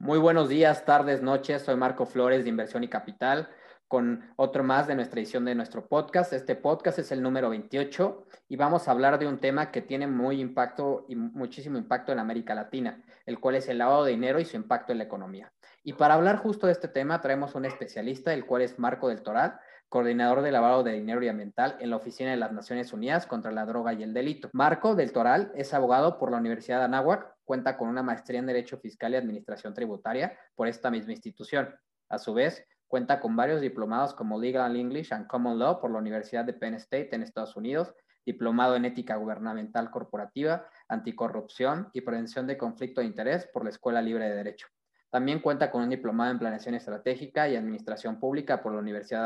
Muy buenos días, tardes, noches. Soy Marco Flores de Inversión y Capital con otro más de nuestra edición de nuestro podcast. Este podcast es el número 28 y vamos a hablar de un tema que tiene muy impacto y muchísimo impacto en América Latina, el cual es el lavado de dinero y su impacto en la economía. Y para hablar justo de este tema traemos un especialista, el cual es Marco del Toral, coordinador de lavado de dinero y ambiental en la Oficina de las Naciones Unidas contra la Droga y el Delito. Marco del Toral es abogado por la Universidad de Anáhuac, cuenta con una maestría en Derecho Fiscal y Administración Tributaria por esta misma institución. A su vez, cuenta con varios diplomados como Legal English and Common Law por la Universidad de Penn State en Estados Unidos, diplomado en Ética Gubernamental Corporativa, Anticorrupción y Prevención de Conflicto de Interés por la Escuela Libre de Derecho. También cuenta con un diplomado en Planeación Estratégica y Administración Pública por la Universidad de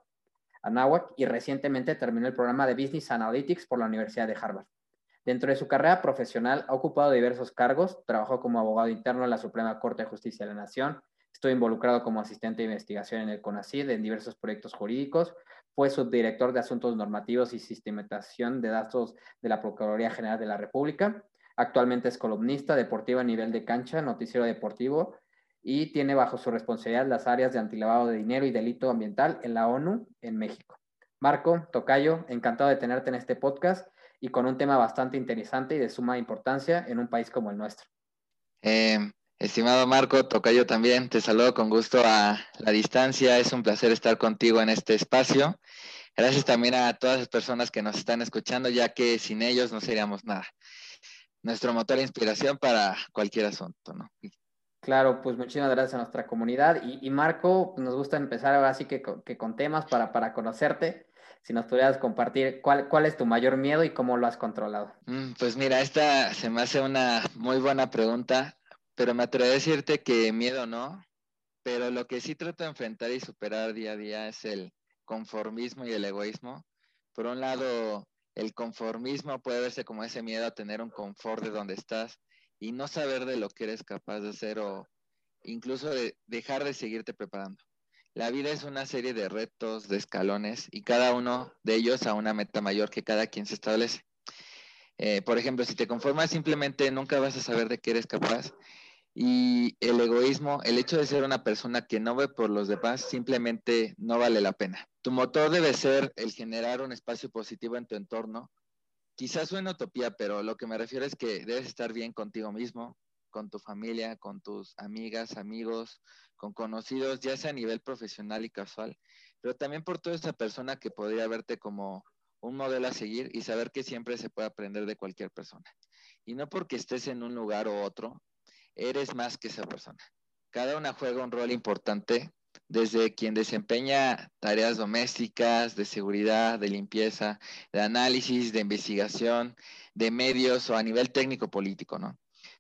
Anáhuac y recientemente terminó el programa de Business Analytics por la Universidad de Harvard. Dentro de su carrera profesional ha ocupado diversos cargos, trabajó como abogado interno en la Suprema Corte de Justicia de la Nación, estuvo involucrado como asistente de investigación en el CONACYT en diversos proyectos jurídicos, fue subdirector de Asuntos Normativos y Sistematización de Datos de la Procuraduría General de la República, actualmente es columnista deportivo a nivel de cancha, noticiero deportivo y tiene bajo su responsabilidad las áreas de antilavado de dinero y delito ambiental en la ONU en México. Marco, tocayo, encantado de tenerte en este podcast y con un tema bastante interesante y de suma importancia en un país como el nuestro. Eh, Estimado Marco, tocayo también, te saludo con gusto a la distancia, es un placer estar contigo en este espacio. Gracias también a todas las personas que nos están escuchando, ya que sin ellos no seríamos nada. Nuestro motor de inspiración para cualquier asunto, ¿no? Claro, pues muchísimas gracias a nuestra comunidad. Y Marco, nos gusta empezar ahora sí que con temas para conocerte. Si nos pudieras compartir cuál es tu mayor miedo y cómo lo has controlado. Pues mira, esta se me hace una muy buena pregunta, pero me atrevo a decirte que miedo no, pero lo que sí trato de enfrentar y superar día a día es el conformismo y el egoísmo. Por un lado, el conformismo puede verse como ese miedo a tener un confort de donde estás y no saber de lo que eres capaz de hacer o incluso de dejar de seguirte preparando. La vida es una serie de retos, de escalones y cada uno de ellos a una meta mayor que cada quien se establece. Por ejemplo, si te conformas simplemente nunca vas a saber de qué eres capaz y el egoísmo, el hecho de ser una persona que no ve por los demás, simplemente no vale la pena. Tu motor debe ser el generar un espacio positivo en tu entorno. Quizás suene utopía, pero lo que me refiero es que debes estar bien contigo mismo, con tu familia, con tus amigas, amigos, con conocidos, ya sea a nivel profesional y casual, pero también por toda esa persona que podría verte como un modelo a seguir y saber que siempre se puede aprender de cualquier persona. Y no porque estés en un lugar u otro, eres más que esa persona. Cada una juega un rol importante, desde quien desempeña tareas domésticas, de seguridad, de limpieza, de análisis, de investigación, de medios o a nivel técnico político, ¿no?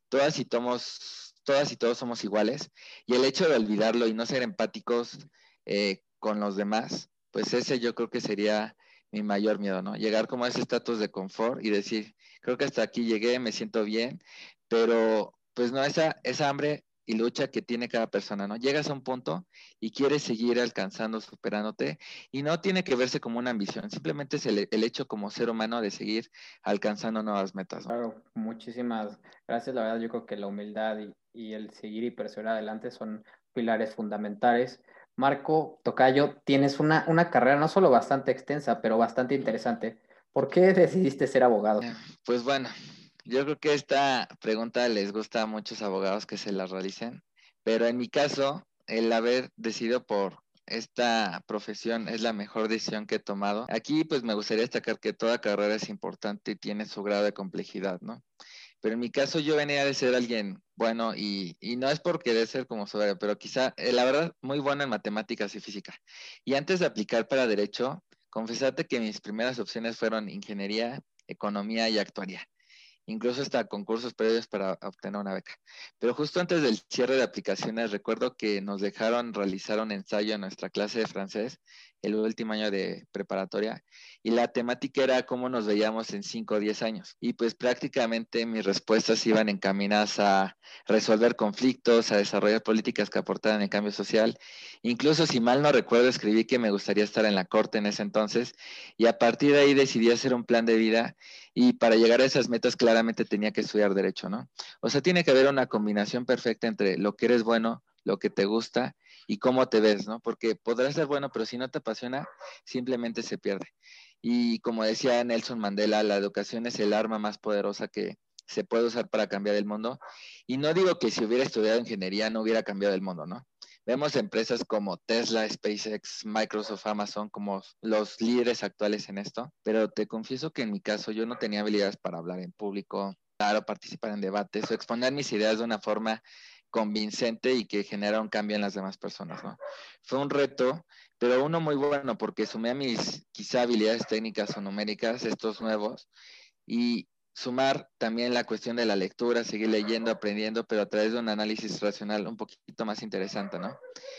Todas y todos somos iguales y el hecho de olvidarlo y no ser empáticos con los demás, pues ese yo creo que sería mi mayor miedo, ¿no? Llegar como a ese estatus de confort y decir, creo que hasta aquí llegué, me siento bien, pero pues no, esa hambre y lucha que tiene cada persona, ¿no? Llegas a un punto y quieres seguir alcanzando, superándote, y no tiene que verse como una ambición, simplemente es el hecho como ser humano de seguir alcanzando nuevas metas, ¿no? Claro, muchísimas gracias. La verdad, yo creo que la humildad y el seguir y perseverar adelante son pilares fundamentales. Marco Tocayo, tienes una carrera no solo bastante extensa, pero bastante interesante. ¿Por qué decidiste ser abogado? Pues bueno, yo creo que esta pregunta les gusta a muchos abogados que se la realicen, pero en mi caso, el haber decidido por esta profesión es la mejor decisión que he tomado. Aquí pues me gustaría destacar que toda carrera es importante y tiene su grado de complejidad, ¿no? Pero en mi caso yo venía de ser alguien bueno y no es por querer ser como soberbio, pero quizá, la verdad, muy bueno en matemáticas y física. Y antes de aplicar para derecho, confesarte que mis primeras opciones fueron ingeniería, economía y actuaría, incluso hasta concursos previos para obtener una beca. Pero justo antes del cierre de aplicaciones, recuerdo que nos dejaron realizar un ensayo en nuestra clase de francés el último año de preparatoria, y la temática era cómo nos veíamos en 5 o 10 años. Y pues prácticamente mis respuestas iban encaminadas a resolver conflictos, a desarrollar políticas que aportaran el cambio social. Incluso, si mal no recuerdo, escribí que me gustaría estar en la corte en ese entonces, y a partir de ahí decidí hacer un plan de vida, y para llegar a esas metas claramente tenía que estudiar derecho, ¿no? O sea, tiene que haber una combinación perfecta entre lo que eres bueno, lo que te gusta y cómo te ves, ¿no? Porque podrás ser bueno, pero si no te apasiona, simplemente se pierde. Y como decía Nelson Mandela, la educación es el arma más poderosa que se puede usar para cambiar el mundo. Y no digo que si hubiera estudiado ingeniería no hubiera cambiado el mundo, ¿no? Vemos empresas como Tesla, SpaceX, Microsoft, Amazon como los líderes actuales en esto, pero te confieso que en mi caso yo no tenía habilidades para hablar en público, claro, participar en debates o exponer mis ideas de una forma convincente y que genera un cambio en las demás personas, ¿no? Fue un reto, pero uno muy bueno porque sumé a mis quizá habilidades técnicas o numéricas, estos nuevos, y sumar también la cuestión de la lectura, seguir leyendo, aprendiendo, pero a través de un análisis racional un poquito más interesante, ¿no?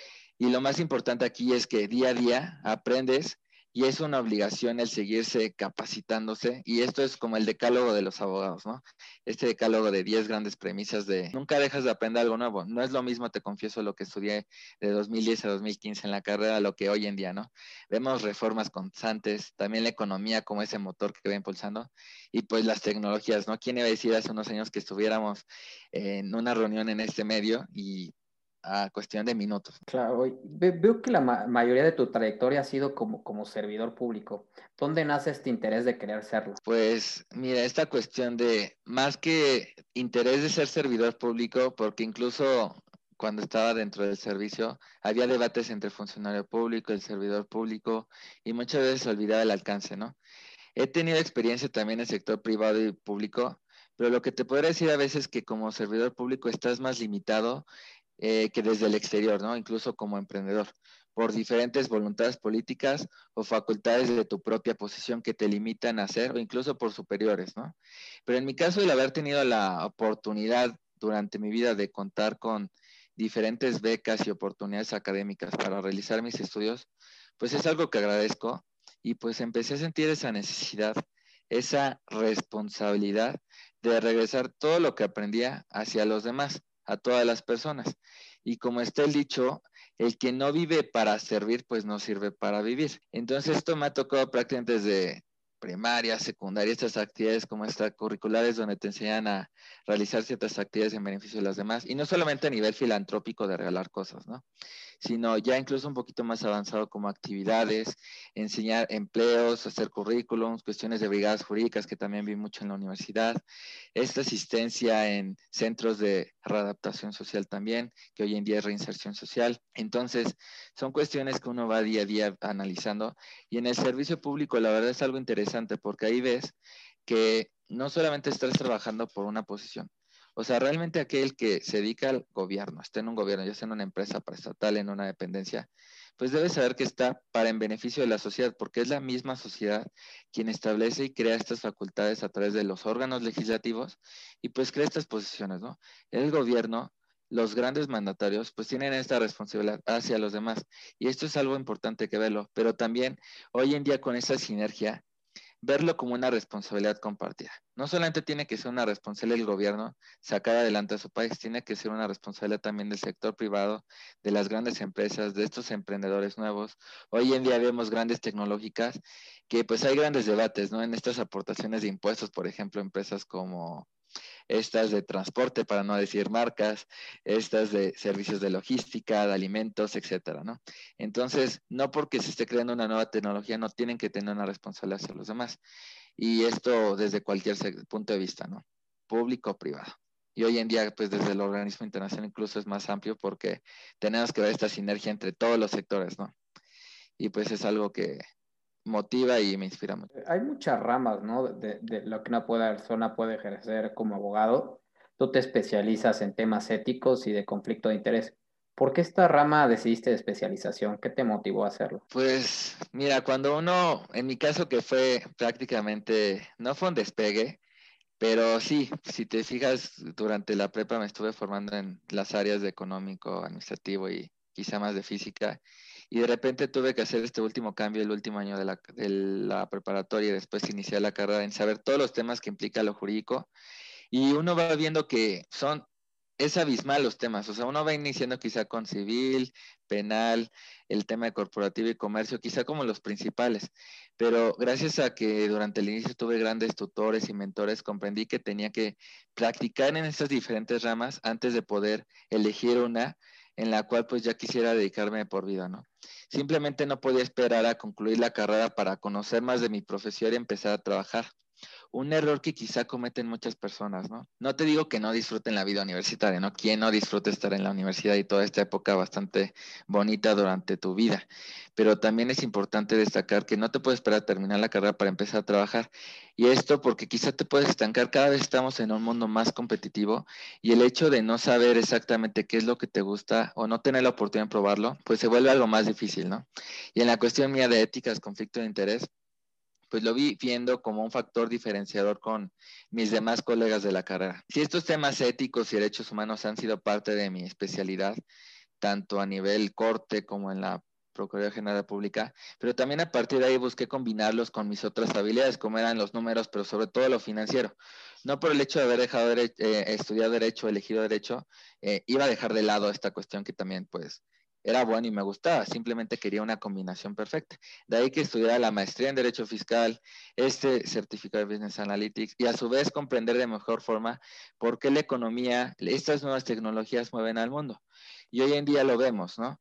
Y lo más importante aquí es que día a día aprendes y es una obligación el seguirse capacitándose. Y esto es como el decálogo de los abogados, ¿no? Este decálogo de 10 grandes premisas de nunca dejas de aprender algo nuevo. No es lo mismo, te confieso, lo que estudié de 2010 a 2015 en la carrera, a lo que hoy en día, ¿no? Vemos reformas constantes, también la economía como ese motor que va impulsando y pues las tecnologías, ¿no? ¿Quién iba a decir hace unos años que estuviéramos en una reunión en este medio y a cuestión de minutos? Claro, veo que la mayoría de tu trayectoria ha sido como servidor público. ¿Dónde nace este interés de querer serlo? Pues mira, esta cuestión de más que interés de ser servidor público, porque incluso cuando estaba dentro del servicio había debates entre el funcionario público, el servidor público, y muchas veces se olvidaba el alcance, ¿no? He tenido experiencia también en el sector privado y público, pero lo que te podría decir a veces es que como servidor público estás más limitado que desde el exterior, ¿no? Incluso como emprendedor, por diferentes voluntades políticas o facultades de tu propia posición que te limitan a hacer, o incluso por superiores, ¿no? Pero en mi caso, el haber tenido la oportunidad durante mi vida de contar con diferentes becas y oportunidades académicas para realizar mis estudios, pues es algo que agradezco y pues empecé a sentir esa necesidad, esa responsabilidad de regresar todo lo que aprendía hacia los demás, a todas las personas. Y como está el dicho, el que no vive para servir, pues no sirve para vivir. Entonces esto me ha tocado prácticamente desde primaria, secundaria, estas actividades como extracurriculares donde te enseñan a realizar ciertas actividades en beneficio de las demás. Y no solamente a nivel filantrópico de regalar cosas, ¿no? Sino ya incluso un poquito más avanzado como actividades, enseñar empleos, hacer currículums, cuestiones de brigadas jurídicas que también vi mucho en la universidad, esta asistencia en centros de readaptación social también, que hoy en día es reinserción social. Entonces, son cuestiones que uno va día a día analizando y en el servicio público la verdad es algo interesante porque ahí ves que no solamente estás trabajando por una posición, o sea, realmente aquel que se dedica al gobierno, está en un gobierno, ya sea en una empresa paraestatal, en una dependencia, pues debe saber que está para en beneficio de la sociedad, porque es la misma sociedad quien establece y crea estas facultades a través de los órganos legislativos y pues crea estas posiciones, ¿no? El gobierno, los grandes mandatarios, pues tienen esta responsabilidad hacia los demás y esto es algo importante que verlo, pero también hoy en día con esta sinergia verlo como una responsabilidad compartida. No solamente tiene que ser una responsabilidad del gobierno sacar adelante a su país, tiene que ser una responsabilidad también del sector privado, de las grandes empresas, de estos emprendedores nuevos. Hoy en día vemos grandes tecnológicas que pues hay grandes debates, ¿no? En estas aportaciones de impuestos, por ejemplo, empresas como estas de transporte, para no decir marcas, estas de servicios de logística, de alimentos, etcétera, ¿no? Entonces, no porque se esté creando una nueva tecnología, no tienen que tener una responsabilidad hacia los demás. Y esto desde cualquier punto de vista, ¿no? Público o privado. Y hoy en día, pues desde el organismo internacional incluso es más amplio porque tenemos que ver esta sinergia entre todos los sectores, ¿no? Y pues es algo que motiva y me inspira mucho. Hay muchas ramas, ¿no? De lo que una persona puede ejercer como abogado. Tú te especializas en temas éticos y de conflicto de interés. ¿Por qué esta rama decidiste de especialización? ¿Qué te motivó a hacerlo? Pues mira, cuando uno, en mi caso que fue prácticamente, no fue un despegue, pero sí, si te fijas, durante la prepa me estuve formando en las áreas de económico, administrativo y quizá más de física, y de repente tuve que hacer este último cambio el último año de la preparatoria y después iniciar la carrera en saber todos los temas que implica lo jurídico, y uno va viendo que es abismal los temas, o sea, uno va iniciando quizá con civil, penal, el tema de corporativo y comercio, quizá como los principales, pero gracias a que durante el inicio tuve grandes tutores y mentores, comprendí que tenía que practicar en estas diferentes ramas antes de poder elegir una en la cual pues ya quisiera dedicarme por vida, ¿no? Simplemente no podía esperar a concluir la carrera para conocer más de mi profesión y empezar a trabajar. Un error que quizá cometen muchas personas, ¿no? No te digo que no disfruten la vida universitaria, ¿no? ¿Quién no disfruta estar en la universidad y toda esta época bastante bonita durante tu vida? Pero también es importante destacar que no te puedes esperar a terminar la carrera para empezar a trabajar. Y esto porque quizá te puedes estancar. Cada vez estamos en un mundo más competitivo y el hecho de no saber exactamente qué es lo que te gusta o no tener la oportunidad de probarlo, pues se vuelve algo más difícil, ¿no? Y en la cuestión mía de éticas, conflicto de interés, pues lo vi viendo como un factor diferenciador con mis demás colegas de la carrera. Si estos temas éticos y derechos humanos han sido parte de mi especialidad, tanto a nivel corte como en la Procuraduría General de la República, pero también a partir de ahí busqué combinarlos con mis otras habilidades, como eran los números, pero sobre todo lo financiero. No por el hecho de haber dejado estudiar derecho, elegido derecho, iba a dejar de lado esta cuestión que también, pues, era bueno y me gustaba, simplemente quería una combinación perfecta. De ahí que estudiara la maestría en Derecho Fiscal, este certificado de Business Analytics y a su vez comprender de mejor forma por qué la economía, estas nuevas tecnologías mueven al mundo. Y hoy en día lo vemos, ¿no?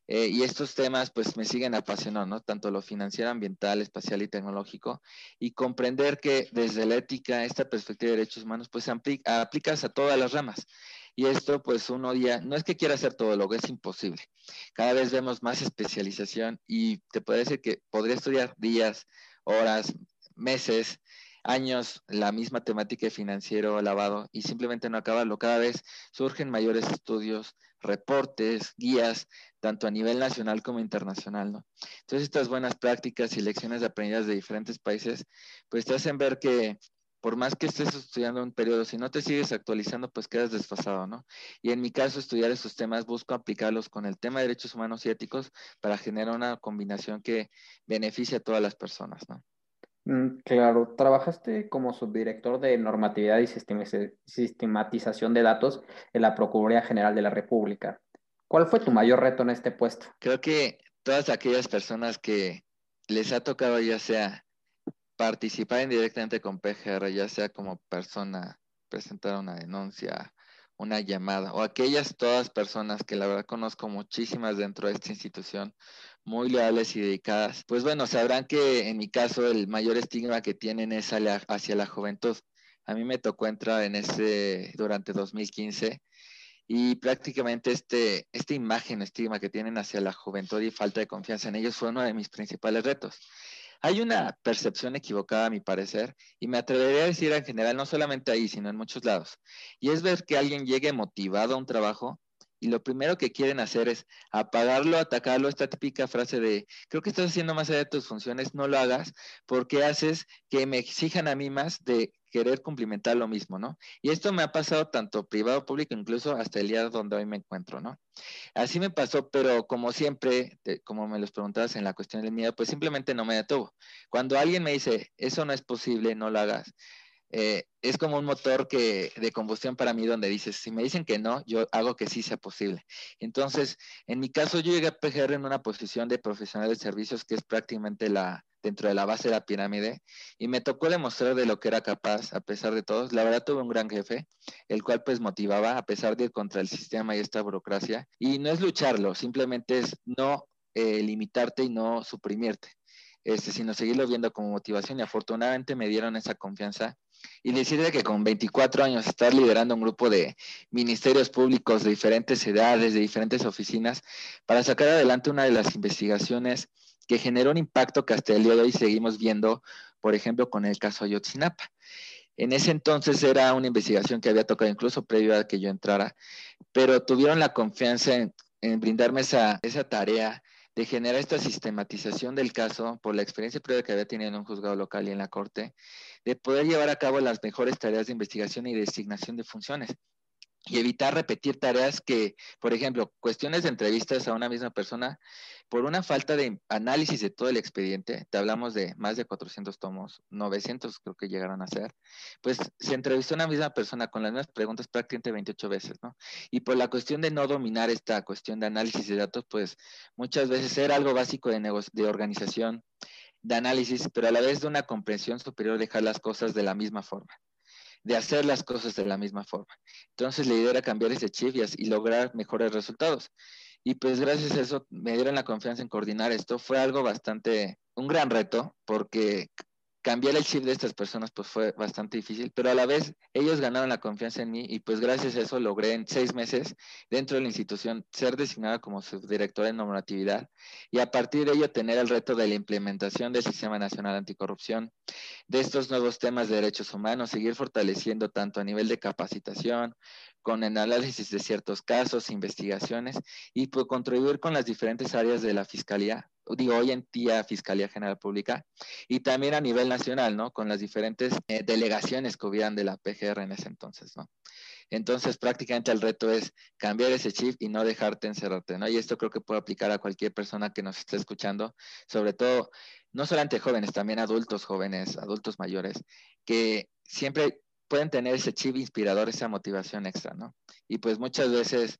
Y estos temas pues me siguen apasionando, ¿no? Tanto lo financiero, ambiental, espacial y tecnológico, y comprender que desde la ética, esta perspectiva de derechos humanos, pues aplicas a todas las ramas. Y esto pues uno día, no es que quiera hacer todo lo que es imposible. Cada vez vemos más especialización y te puedo decir que podría estudiar días, horas, meses, años, la misma temática de financiero, lavado, y simplemente no acabarlo. Cada vez surgen mayores estudios, reportes, guías, tanto a nivel nacional como internacional, ¿no? Entonces, estas buenas prácticas y lecciones aprendidas de diferentes países, pues te hacen ver que por más que estés estudiando un periodo, si no te sigues actualizando, pues quedas desfasado, ¿no? Y en mi caso, estudiar esos temas, busco aplicarlos con el tema de derechos humanos y éticos para generar una combinación que beneficie a todas las personas, ¿no? Claro, trabajaste como subdirector de normatividad y sistematización de datos en la Procuraduría General de la República. ¿Cuál fue tu mayor reto en este puesto? Creo que todas aquellas personas que les ha tocado ya sea participar indirectamente con PGR, ya sea como persona, presentar una denuncia, una llamada, o aquellas todas personas que la verdad conozco muchísimas dentro de esta institución, muy leales y dedicadas, pues bueno, sabrán que en mi caso el mayor estigma que tienen es hacia la juventud. A mí me tocó entrar en ese durante 2015 y prácticamente esta imagen, estigma que tienen hacia la juventud y falta de confianza en ellos fue uno de mis principales retos. Hay una percepción equivocada, a mi parecer, y me atrevería a decir en general, no solamente ahí, sino en muchos lados, y es ver que alguien llegue motivado a un trabajo y lo primero que quieren hacer es apagarlo, atacarlo, esta típica frase de, creo que estás haciendo más allá de tus funciones, no lo hagas, porque haces que me exijan a mí más de querer cumplimentar lo mismo, ¿no? Y esto me ha pasado tanto privado, público, incluso hasta el día donde hoy me encuentro, ¿no? Así me pasó, pero como siempre, como me los preguntabas en la cuestión del miedo, pues simplemente no me detuvo. Cuando alguien me dice, eso no es posible, no lo hagas, es como un motor de combustión para mí donde dices, si me dicen que no, yo hago que sí sea posible. Entonces, en mi caso, yo llegué a PGR en una posición de profesional de servicios que es prácticamente dentro de la base de la pirámide y me tocó demostrar de lo que era capaz a pesar de todo. La verdad tuve un gran jefe, el cual pues motivaba a pesar de ir contra el sistema y esta burocracia. Y no es lucharlo, simplemente es no limitarte y no suprimirte. Sino seguirlo viendo como motivación y afortunadamente me dieron esa confianza y decirle que con 24 años estar liderando un grupo de ministerios públicos de diferentes edades, de diferentes oficinas, para sacar adelante una de las investigaciones que generó un impacto que hasta el día de hoy seguimos viendo, por ejemplo, con el caso Ayotzinapa. En ese entonces era una investigación que había tocado incluso previo a que yo entrara, pero tuvieron la confianza en brindarme esa tarea de generar esta sistematización del caso por la experiencia previa que había tenido en un juzgado local y en la corte, de poder llevar a cabo las mejores tareas de investigación y de designación de funciones. y evitar repetir tareas que, por ejemplo, cuestiones de entrevistas a una misma persona, por una falta de análisis de todo el expediente, te hablamos de más de 400 tomos, 900 creo que llegaron a ser, pues se entrevistó a una misma persona con las mismas preguntas prácticamente 28 veces, ¿no? Y por la cuestión de no dominar esta cuestión de análisis de datos, pues muchas veces era algo básico de organización, de análisis, pero a la vez de una comprensión superior, dejar las cosas de la misma forma, de hacer las cosas de la misma forma. Entonces la idea era cambiar ese chip y lograr mejores resultados. Y pues gracias a eso me dieron la confianza en coordinar esto. Fue algo bastante, un gran reto, porque cambiar el chip de estas personas pues fue bastante difícil, pero a la vez ellos ganaron la confianza en mí y pues gracias a eso logré en 6 meses dentro de la institución ser designada como subdirectora de normatividad y a partir de ello tener el reto de la implementación del Sistema Nacional Anticorrupción, de estos nuevos temas de derechos humanos, seguir fortaleciendo tanto a nivel de capacitación, con el análisis de ciertos casos, investigaciones, y pues contribuir con las diferentes áreas de la Fiscalía, digo, hoy en día Fiscalía General Pública, y también a nivel nacional, ¿no? Con las diferentes delegaciones que hubieran de la PGR en ese entonces, ¿no? Entonces, prácticamente el reto es cambiar ese chip y no dejarte encerrarte, ¿no? Y esto creo que puede aplicar a cualquier persona que nos esté escuchando, sobre todo, no solamente jóvenes, también adultos jóvenes, adultos mayores, que siempre pueden tener ese chip inspirador, esa motivación extra, ¿no? Y pues muchas veces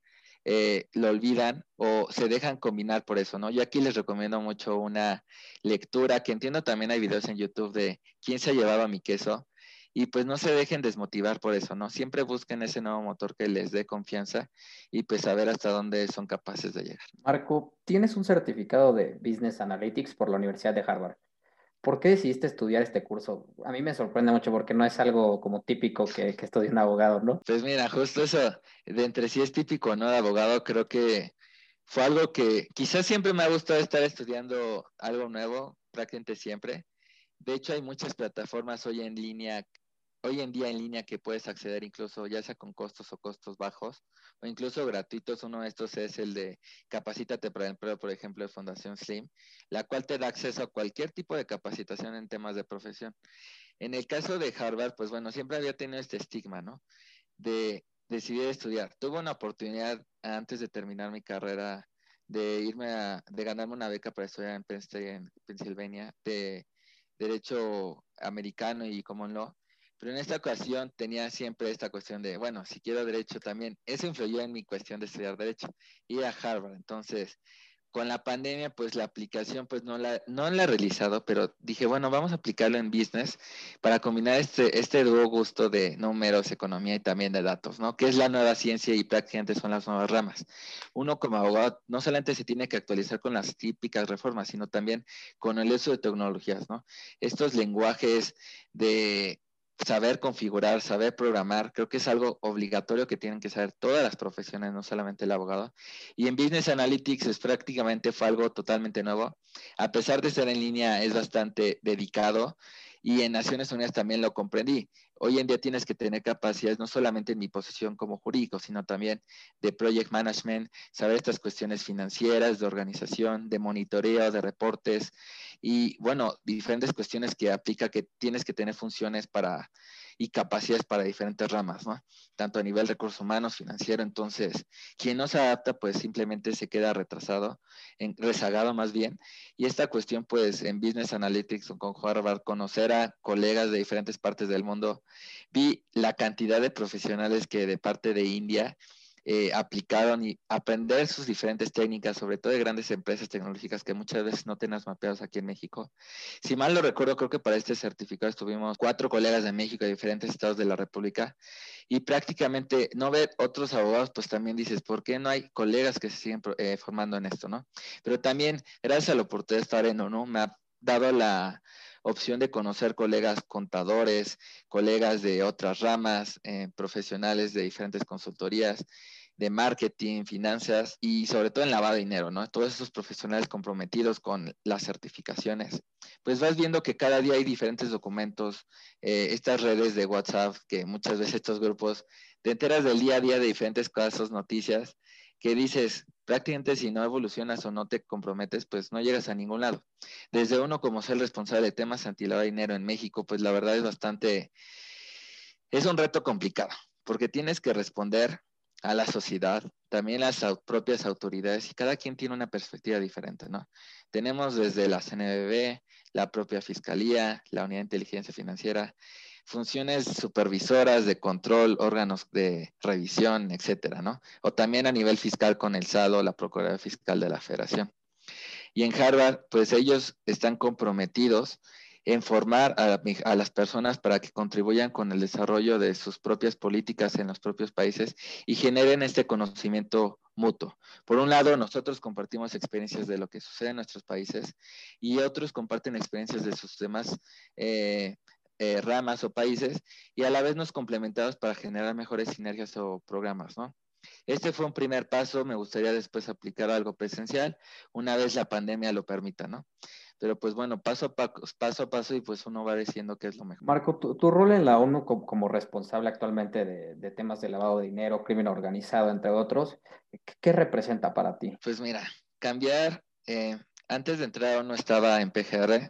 lo olvidan o se dejan combinar por eso, ¿no? Yo aquí les recomiendo mucho una lectura, que entiendo también hay videos en YouTube de quién se ha llevado a mi queso, y pues no se dejen desmotivar por eso, ¿no? Siempre busquen ese nuevo motor que les dé confianza y pues saber hasta dónde son capaces de llegar. Marco, tienes un certificado de Business Analytics por la Universidad de Harvard. ¿Por qué decidiste estudiar este curso? A mí me sorprende mucho porque no es algo como típico que estudie un abogado, ¿no? Pues mira, justo eso, de entre sí es típico, ¿no? De abogado, creo que fue algo que quizás siempre me ha gustado estar estudiando algo nuevo, prácticamente siempre. De hecho, hay muchas plataformas hoy en día en línea que puedes acceder incluso ya sea con costos o costos bajos o incluso gratuitos. Uno de estos es el de Capacítate para el Empleo, por ejemplo, de Fundación Slim, la cual te da acceso a cualquier tipo de capacitación en temas de profesión. En el caso de Harvard, pues bueno, siempre había tenido este estigma, ¿no? De decidir estudiar. Tuve una oportunidad antes de terminar mi carrera de ganarme una beca para estudiar en Penn State, en Pensilvania, de derecho americano y common law, pero en esta ocasión tenía siempre esta cuestión de, bueno, si quiero derecho también, eso influyó en mi cuestión de estudiar derecho, ir a Harvard. Entonces, con la pandemia, pues la aplicación, pues no la he realizado, pero dije, bueno, vamos a aplicarlo en business para combinar este dúo gusto de números, economía y también de datos, ¿no? Que es la nueva ciencia y prácticamente son las nuevas ramas. Uno como abogado no solamente se tiene que actualizar con las típicas reformas, sino también con el uso de tecnologías, ¿no? Estos lenguajes de saber configurar, saber programar, creo que es algo obligatorio que tienen que saber todas las profesiones, no solamente el abogado. Y en Business Analytics es prácticamente fue algo totalmente nuevo. A pesar de ser en línea, es bastante dedicado y en Naciones Unidas también lo comprendí. Hoy en día tienes que tener capacidades no solamente en mi posición como jurídico, sino también de project management, saber estas cuestiones financieras, de organización, de monitoreo, de reportes y bueno, diferentes cuestiones que aplica que tienes que tener funciones para y capacidades para diferentes ramas, ¿no? Tanto a nivel recursos humanos, financiero. Entonces, quien no se adapta, pues simplemente se queda retrasado, rezagado más bien. Y esta cuestión, pues en Business Analytics o con Harvard, conocer a colegas de diferentes partes del mundo, vi la cantidad de profesionales que de parte de India aplicaron y aprender sus diferentes técnicas, sobre todo de grandes empresas tecnológicas que muchas veces no tenemos mapeados aquí en México. Si mal lo recuerdo, creo que para este certificado estuvimos 4 colegas de México de diferentes estados de la República y prácticamente no ver otros abogados, pues también dices, ¿por qué no hay colegas que se siguen formando en esto, no? Pero también, gracias a la oportunidad de estar en ONU, me ha dado la opción de conocer colegas contadores, colegas de otras ramas, profesionales de diferentes consultorías, de marketing, finanzas y sobre todo en lavado de dinero, ¿no? Todos esos profesionales comprometidos con las certificaciones. Pues vas viendo que cada día hay diferentes documentos, estas redes de WhatsApp, que muchas veces estos grupos, te enteras del día a día de diferentes casos, noticias, que dices, prácticamente si no evolucionas o no te comprometes, pues no llegas a ningún lado. Desde uno como ser responsable de temas anti-lavado de dinero en México, pues la verdad es un reto complicado, porque tienes que responder a la sociedad, también las propias autoridades, y cada quien tiene una perspectiva diferente, ¿no? Tenemos desde la CNBV, la propia Fiscalía, la Unidad de Inteligencia Financiera, funciones supervisoras de control, órganos de revisión, etcétera, ¿no? O también a nivel fiscal con el SADO, la Procuraduría Fiscal de la Federación. Y en Harvard, pues ellos están comprometidos en formar a las personas para que contribuyan con el desarrollo de sus propias políticas en los propios países y generen este conocimiento mutuo. Por un lado, nosotros compartimos experiencias de lo que sucede en nuestros países y otros comparten experiencias de sus demás ramas o países, y a la vez nos complementamos para generar mejores sinergias o programas, ¿no? Este fue un primer paso, me gustaría después aplicar algo presencial, una vez la pandemia lo permita, ¿no? Pero pues bueno, paso a paso y pues uno va diciendo qué es lo mejor. Marco, tu rol en la ONU como responsable actualmente de temas de lavado de dinero, crimen organizado, entre otros, ¿qué representa para ti? Pues mira, cambiar, antes de entrar a ONU estaba en PGR.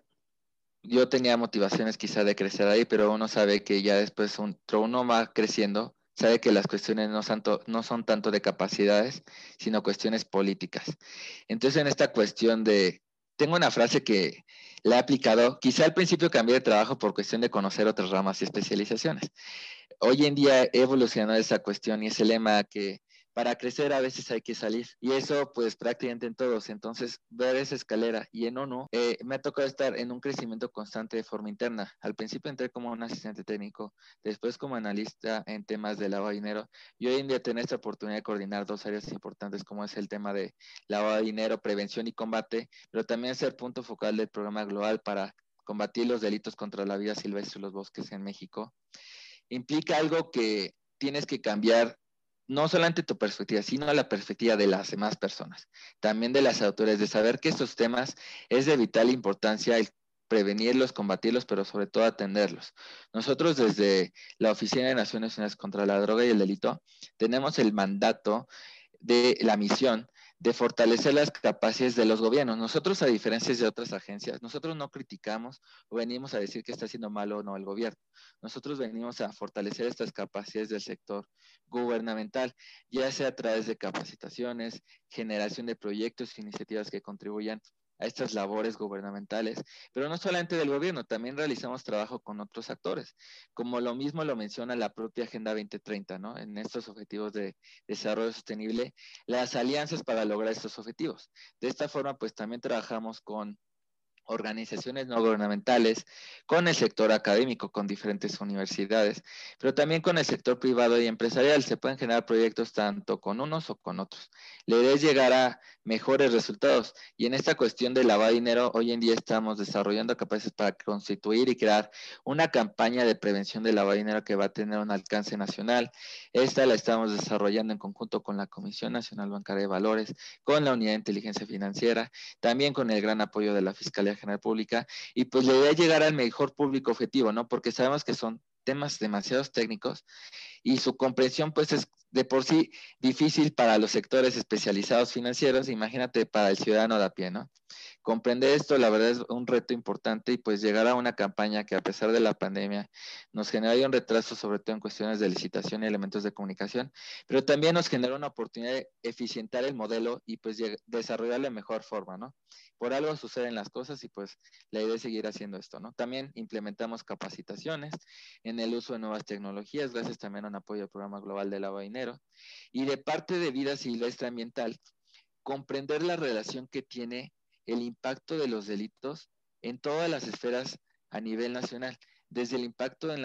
Yo tenía motivaciones quizá de crecer ahí, pero uno sabe que ya después uno va creciendo, sabe que las cuestiones no son tanto de capacidades, sino cuestiones políticas. Entonces, en esta cuestión tengo una frase que la he aplicado, quizá al principio cambié de trabajo por cuestión de conocer otras ramas y especializaciones. Hoy en día he evolucionado esa cuestión y ese lema que para crecer a veces hay que salir. Y eso pues prácticamente en todos. Entonces, ver esa escalera. Y en ONU me ha tocado estar en un crecimiento constante de forma interna. Al principio entré como un asistente técnico, después como analista en temas de lavado de dinero. Y hoy en día tener esta oportunidad de coordinar dos áreas importantes como es el tema de lavado de dinero, prevención y combate, pero también ser punto focal del programa global para combatir los delitos contra la vida silvestre y los bosques en México. Implica algo que tienes que cambiar no solamente tu perspectiva, sino la perspectiva de las demás personas, también de las autoridades, de saber que estos temas es de vital importancia el prevenirlos, combatirlos, pero sobre todo atenderlos. Nosotros desde la Oficina de Naciones Unidas contra la Droga y el Delito tenemos el mandato de la misión de fortalecer las capacidades de los gobiernos. Nosotros, a diferencia de otras agencias, nosotros no criticamos o venimos a decir que está haciendo malo o no el gobierno. Nosotros venimos a fortalecer estas capacidades del sector gubernamental, ya sea a través de capacitaciones, generación de proyectos e iniciativas que contribuyan a estas labores gubernamentales, pero no solamente del gobierno, también realizamos trabajo con otros actores, como lo mismo lo menciona la propia Agenda 2030, ¿no? En estos objetivos de desarrollo sostenible, las alianzas para lograr estos objetivos. De esta forma, pues también trabajamos con organizaciones no gubernamentales, con el sector académico, con diferentes universidades, pero también con el sector privado y empresarial. Se pueden generar proyectos tanto con unos o con otros. La idea es llegar a mejores resultados. Y en esta cuestión de lavar dinero, hoy en día estamos desarrollando capacidades para constituir y crear una campaña de prevención de lavar dinero que va a tener un alcance nacional. Esta la estamos desarrollando en conjunto con la Comisión Nacional Bancaria de Valores, con la Unidad de Inteligencia Financiera, también con el gran apoyo de la Fiscalía General Pública, y pues la idea es llegar al mejor público objetivo, ¿no? Porque sabemos que son temas demasiados técnicos y su comprensión pues es de por sí difícil para los sectores especializados financieros, imagínate para el ciudadano de a pie, ¿no? Comprender esto, la verdad, es un reto importante y pues llegar a una campaña que a pesar de la pandemia nos generaría un retraso, sobre todo en cuestiones de licitación y elementos de comunicación, pero también nos genera una oportunidad de eficientar el modelo y pues desarrollarlo de mejor forma, ¿no? Por algo suceden las cosas y pues la idea es seguir haciendo esto, ¿no? También implementamos capacitaciones en el uso de nuevas tecnologías, gracias también a un apoyo al Programa Global de Lavado de Dinero, y de parte de vida silvestre ambiental, comprender la relación que tiene el impacto de los delitos en todas las esferas a nivel nacional, desde el impacto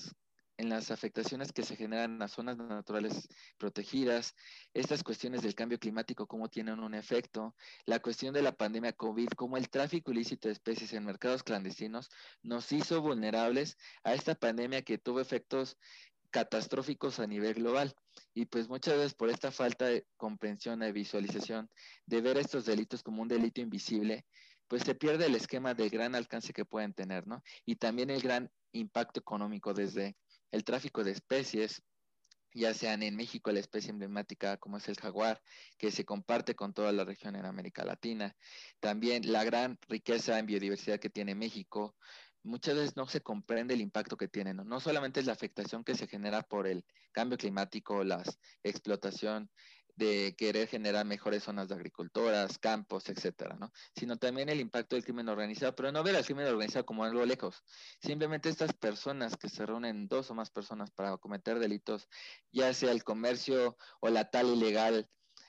en las afectaciones que se generan en las zonas naturales protegidas, estas cuestiones del cambio climático, cómo tienen un efecto, la cuestión de la pandemia COVID, cómo el tráfico ilícito de especies en mercados clandestinos nos hizo vulnerables a esta pandemia que tuvo efectos catastróficos a nivel global. Y pues muchas veces por esta falta de comprensión, de visualización, de ver estos delitos como un delito invisible, pues se pierde el esquema del gran alcance que pueden tener, ¿no? Y también el gran impacto económico desde el tráfico de especies, ya sean en México la especie emblemática como es el jaguar, que se comparte con toda la región en América Latina, también la gran riqueza en biodiversidad que tiene México, muchas veces no se comprende el impacto que tienen, ¿no? No solamente es la afectación que se genera por el cambio climático, la explotación de querer generar mejores zonas de agricultoras, campos, etcétera, ¿no? Sino también el impacto del crimen organizado, pero no ver al crimen organizado como algo lejos. Simplemente estas personas que se reúnen, 2 o más personas para cometer delitos, ya sea el comercio o la tala ilegal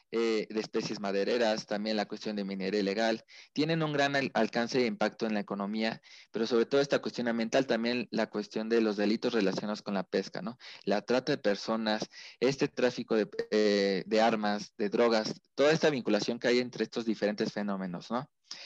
de especies madereras, también la cuestión de minería ilegal, tienen un gran alcance e impacto en la economía, pero sobre todo esta cuestión ambiental, también la cuestión de los delitos relacionados con la pesca, ¿no? La trata de personas, este tráfico de armas, de drogas, toda esta vinculación que hay entre estos diferentes fenómenos, ¿no?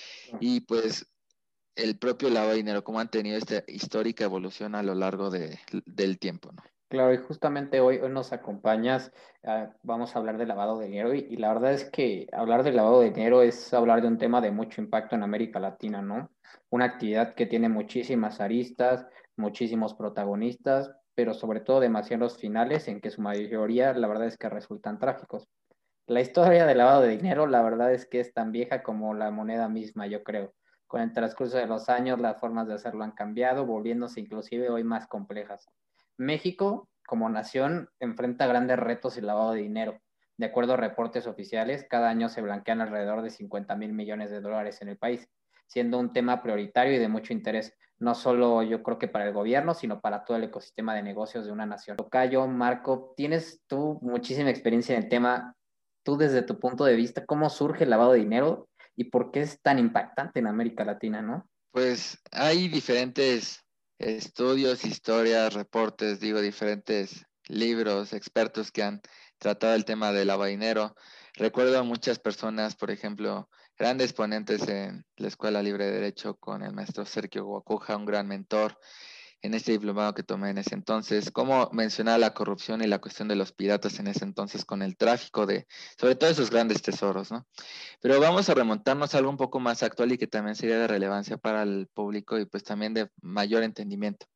Y pues el propio lavado de dinero, cómo han tenido esta histórica evolución a lo largo del tiempo, ¿no? Claro, y justamente hoy nos acompañas, vamos a hablar de lavado de dinero y la verdad es que hablar de lavado de dinero es hablar de un tema de mucho impacto en América Latina, ¿no? Una actividad que tiene muchísimas aristas, muchísimos protagonistas, pero sobre todo demasiados finales en que su mayoría la verdad es que resultan trágicos. La historia del lavado de dinero la verdad es que es tan vieja como la moneda misma, yo creo. Con el transcurso de los años, las formas de hacerlo han cambiado, volviéndose inclusive hoy más complejas. México, como nación, enfrenta grandes retos en lavado de dinero. De acuerdo a reportes oficiales, cada año se blanquean alrededor de 50.000 millones de dólares en el país, siendo un tema prioritario y de mucho interés, no solo yo creo que para el gobierno, sino para todo el ecosistema de negocios de una nación. Tocayo, Marco, tienes tú muchísima experiencia en el tema. Tú desde tu punto de vista, ¿cómo surge el lavado de dinero y por qué es tan impactante en América Latina, ¿no? Pues hay diferentes estudios, historias, reportes, digo, diferentes libros, expertos que han tratado el tema del lavado de dinero. Recuerdo a muchas personas, por ejemplo, grandes ponentes en la Escuela Libre de Derecho con el maestro Sergio Guacuja, un gran mentor en este diplomado que tomé en ese entonces, cómo mencionar la corrupción y la cuestión de los piratas en ese entonces con el tráfico de, sobre todo esos grandes tesoros, ¿no? Pero vamos a remontarnos a algo un poco más actual y que también sería de relevancia para el público y pues también de mayor entendimiento.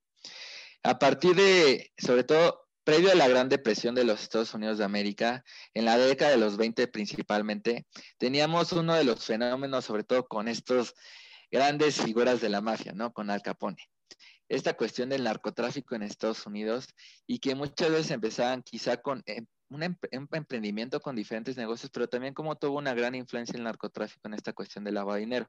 A partir de, sobre todo, previo a la Gran Depresión de los Estados Unidos de América, en la década de los 20 principalmente, teníamos uno de los fenómenos, sobre todo con estos grandes figuras de la mafia, ¿no? Con Al Capone, esta cuestión del narcotráfico en Estados Unidos y que muchas veces empezaban quizá con un emprendimiento con diferentes negocios, pero también como tuvo una gran influencia el narcotráfico en esta cuestión del lavado de dinero.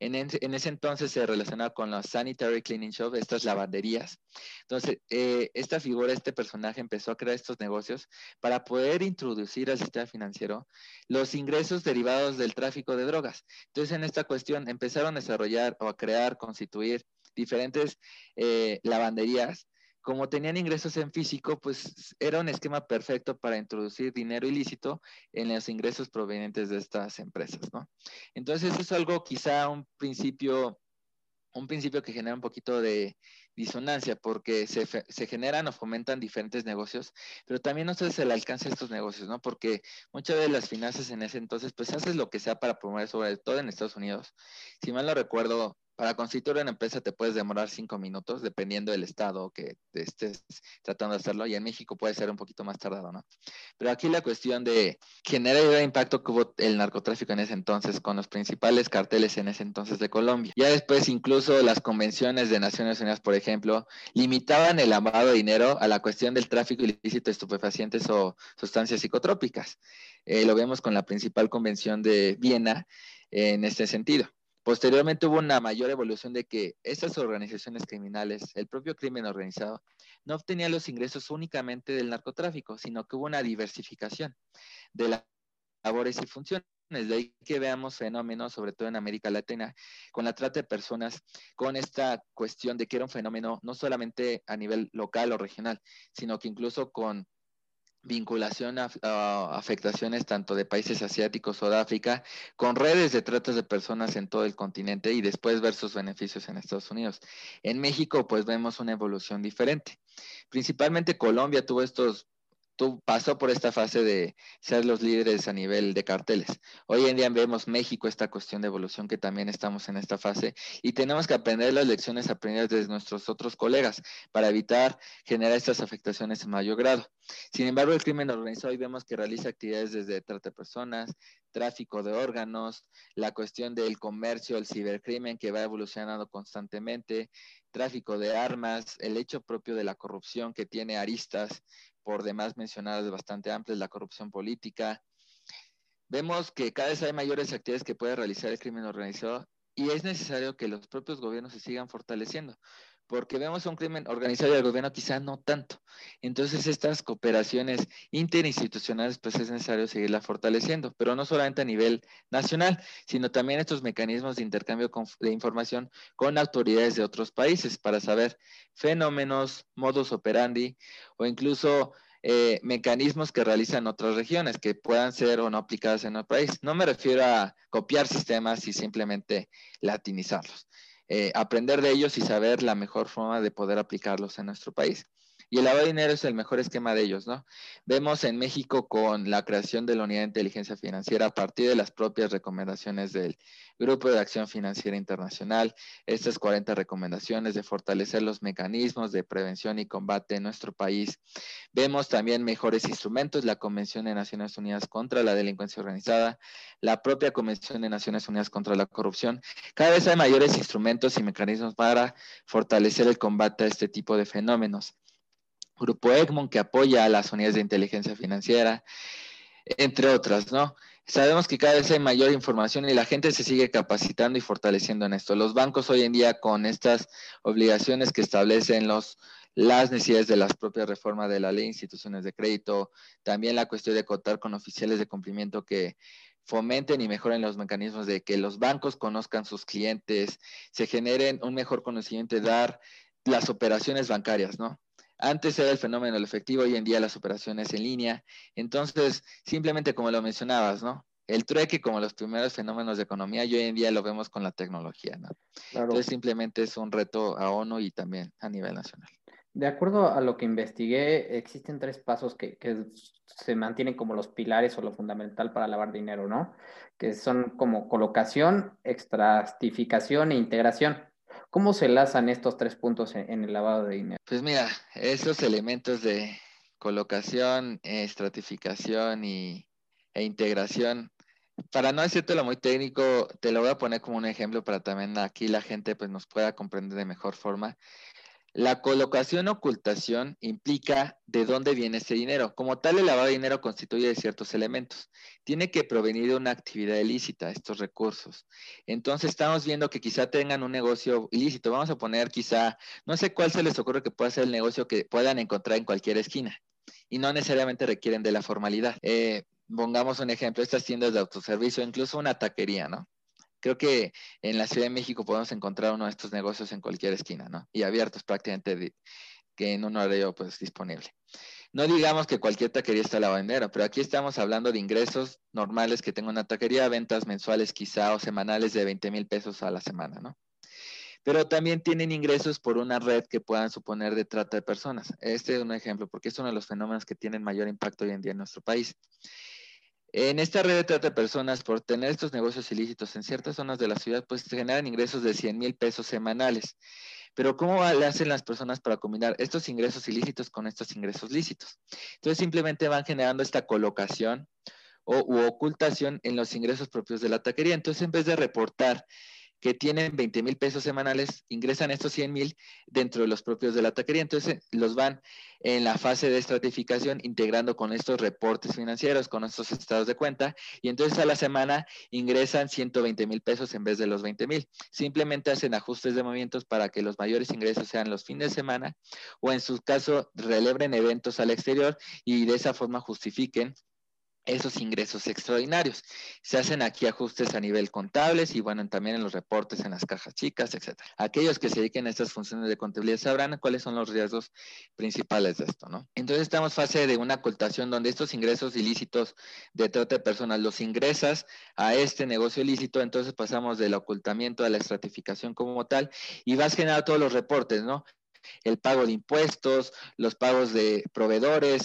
En ese entonces se relacionaba con los sanitary cleaning shops, estas lavanderías. Entonces, esta figura, este personaje empezó a crear estos negocios para poder introducir al sistema financiero los ingresos derivados del tráfico de drogas. Entonces, en esta cuestión empezaron a desarrollar o a crear, constituir diferentes lavanderías, como tenían ingresos en físico, pues era un esquema perfecto para introducir dinero ilícito en los ingresos provenientes de estas empresas, ¿no? Entonces es algo quizá un principio que genera un poquito de disonancia porque se generan o fomentan diferentes negocios, pero también no se le alcanza a estos negocios, ¿no? Porque muchas de las finanzas en ese entonces, pues haces lo que sea para promover, sobre todo en Estados Unidos. Si mal no recuerdo, para constituir una empresa te puedes demorar 5 minutos, dependiendo del estado que estés tratando de hacerlo, y en México puede ser un poquito más tardado, ¿no? Pero aquí la cuestión de genera el impacto que hubo el narcotráfico en ese entonces con los principales carteles en ese entonces de Colombia. Ya después incluso las convenciones de Naciones Unidas, por ejemplo, limitaban el lavado de dinero a la cuestión del tráfico ilícito de estupefacientes o sustancias psicotrópicas. Lo vemos con la principal convención de Viena en este sentido. Posteriormente hubo una mayor evolución de que estas organizaciones criminales, el propio crimen organizado, no obtenía los ingresos únicamente del narcotráfico, sino que hubo una diversificación de las labores y funciones. De ahí que veamos fenómenos, sobre todo en América Latina, con la trata de personas, con esta cuestión de que era un fenómeno no solamente a nivel local o regional, sino que incluso con vinculación a afectaciones tanto de países asiáticos o de África, con redes de tratas de personas en todo el continente y después ver sus beneficios en Estados Unidos. En México, pues vemos una evolución diferente. Principalmente Colombia tuvo estos pasó por esta fase de ser los líderes a nivel de carteles. Hoy en día vemos México esta cuestión de evolución que también estamos en esta fase y tenemos que aprender las lecciones aprendidas de nuestros otros colegas para evitar generar estas afectaciones en mayor grado. Sin embargo, el crimen organizado hoy vemos que realiza actividades desde trata de personas, tráfico de órganos, la cuestión del comercio, el cibercrimen que va evolucionando constantemente, tráfico de armas, el hecho propio de la corrupción que tiene aristas por demás mencionadas bastante amplias, la corrupción política. Vemos que cada vez hay mayores actividades que puede realizar el crimen organizado y es necesario que los propios gobiernos se sigan fortaleciendo, porque vemos un crimen organizado y el gobierno quizá no tanto. Entonces estas cooperaciones interinstitucionales pues es necesario seguirla fortaleciendo, pero no solamente a nivel nacional, sino también estos mecanismos de intercambio de información con autoridades de otros países para saber fenómenos, modus operandi o incluso mecanismos que realizan otras regiones que puedan ser o no aplicadas en el país. No me refiero a copiar sistemas y simplemente latinizarlos. Aprender de ellos y saber la mejor forma de poder aplicarlos en nuestro país. Y el lavado de dinero es el mejor esquema de ellos, ¿no? Vemos en México con la creación de la Unidad de Inteligencia Financiera a partir de las propias recomendaciones del Grupo de Acción Financiera Internacional, estas 40 recomendaciones de fortalecer los mecanismos de prevención y combate en nuestro país. Vemos también mejores instrumentos, la Convención de Naciones Unidas contra la Delincuencia Organizada, la propia Convención de Naciones Unidas contra la Corrupción. Cada vez hay mayores instrumentos y mecanismos para fortalecer el combate a este tipo de fenómenos. Grupo Egmont, que apoya a las unidades de inteligencia financiera, entre otras, ¿no? Sabemos que cada vez hay mayor información y la gente se sigue capacitando y fortaleciendo en esto. Los bancos hoy en día con estas obligaciones que establecen las necesidades de las propias reformas de la ley de instituciones de crédito, también la cuestión de contar con oficiales de cumplimiento que fomenten y mejoren los mecanismos de que los bancos conozcan sus clientes, se generen un mejor conocimiento de dar las operaciones bancarias, ¿no? Antes era el fenómeno del efectivo, hoy en día las operaciones en línea. Entonces, simplemente como lo mencionabas, ¿no? El trueque como los primeros fenómenos de economía y hoy en día lo vemos con la tecnología, ¿no? Entonces, Claro. simplemente es un reto a ONU y también a nivel nacional. De acuerdo a lo que investigué, existen tres pasos que se mantienen como los pilares o lo fundamental para lavar dinero, ¿no? Que son como colocación, extractificación e integración. ¿Cómo se lazan estos tres puntos en el lavado de dinero? Pues mira, esos elementos de colocación, estratificación e integración, para no decírtelo muy técnico, te lo voy a poner como un ejemplo para también aquí la gente pues nos pueda comprender de mejor forma. La colocación o ocultación implica de dónde viene ese dinero. Como tal, el lavado de dinero constituye de ciertos elementos. Tiene que provenir de una actividad ilícita, estos recursos. Entonces, estamos viendo que quizá tengan un negocio ilícito. Vamos a poner quizá, no sé cuál se les ocurre que pueda ser el negocio que puedan encontrar en cualquier esquina. Y no necesariamente requieren de la formalidad. Pongamos un ejemplo, estas tiendas de autoservicio, incluso una taquería, ¿no? Creo que en la Ciudad de México podemos encontrar uno de estos negocios en cualquier esquina, ¿no? Y abiertos prácticamente que en un horario pues disponible. No digamos que cualquier taquería está a la bandera, pero aquí estamos hablando de ingresos normales que tenga una taquería, ventas mensuales quizá o semanales de 20,000 pesos a la semana, ¿no? Pero también tienen ingresos por una red que puedan suponer de trata de personas. Este es un ejemplo, porque es uno de los fenómenos que tienen mayor impacto hoy en día en nuestro país. En esta red de trata de personas, por tener estos negocios ilícitos en ciertas zonas de la ciudad, pues se generan ingresos de 100,000 pesos semanales. Pero ¿cómo le hacen las personas para combinar estos ingresos ilícitos con estos ingresos lícitos? Entonces simplemente van generando esta colocación u ocultación en los ingresos propios de la taquería. Entonces en vez de reportar que tienen 20,000 pesos semanales, ingresan estos 100,000 dentro de los propios de la taquería. Entonces, los van en la fase de estratificación integrando con estos reportes financieros, con estos estados de cuenta, y entonces a la semana ingresan 120,000 pesos en vez de los 20,000. Simplemente hacen ajustes de movimientos para que los mayores ingresos sean los fines de semana o en su caso relebren eventos al exterior y de esa forma justifiquen esos ingresos extraordinarios. Se hacen aquí ajustes a nivel contables y bueno, también en los reportes en las cajas chicas, etcétera. Aquellos que se dediquen a estas funciones de contabilidad sabrán cuáles son los riesgos principales de esto, ¿no? Entonces estamos en fase de una ocultación donde estos ingresos ilícitos de trata de personas los ingresas a este negocio ilícito, entonces pasamos del ocultamiento a la estratificación como tal y vas generando todos los reportes, ¿no? El pago de impuestos, los pagos de proveedores,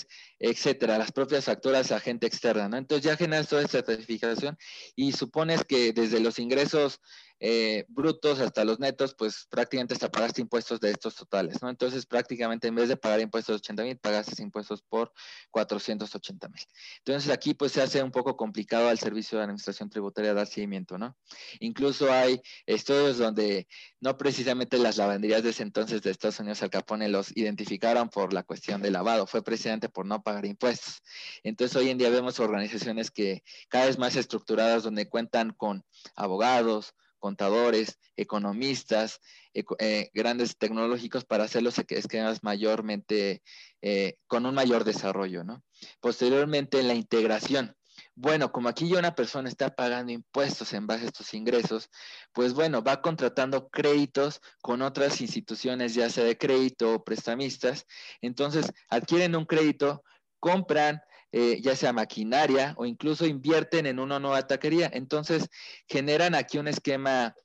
etcétera, las propias facturas a gente externa, ¿no? Entonces ya generas toda esta certificación y supones que desde los ingresos brutos hasta los netos, pues prácticamente hasta pagaste impuestos de estos totales, ¿no? Entonces prácticamente en vez de pagar impuestos de 80,000, pagaste impuestos por 480,000. Entonces aquí pues se hace un poco complicado al Servicio de Administración Tributaria dar seguimiento, ¿no? Incluso hay estudios donde no precisamente las lavanderías de ese entonces de Estados Unidos Al Capone los identificaron por la cuestión de lavado, fue precisamente por no pagar impuestos. Entonces hoy en día vemos organizaciones que cada vez más estructuradas donde cuentan con abogados, contadores, economistas, grandes tecnológicos para hacer los esquemas mayormente con un mayor desarrollo, ¿no? Posteriormente, en la integración. Bueno, como aquí ya una persona está pagando impuestos en base a estos ingresos, pues bueno, va contratando créditos con otras instituciones, ya sea de crédito o prestamistas. Entonces, adquieren un crédito, compran ya sea maquinaria o incluso invierten en una nueva taquería. Entonces, generan aquí un esquema,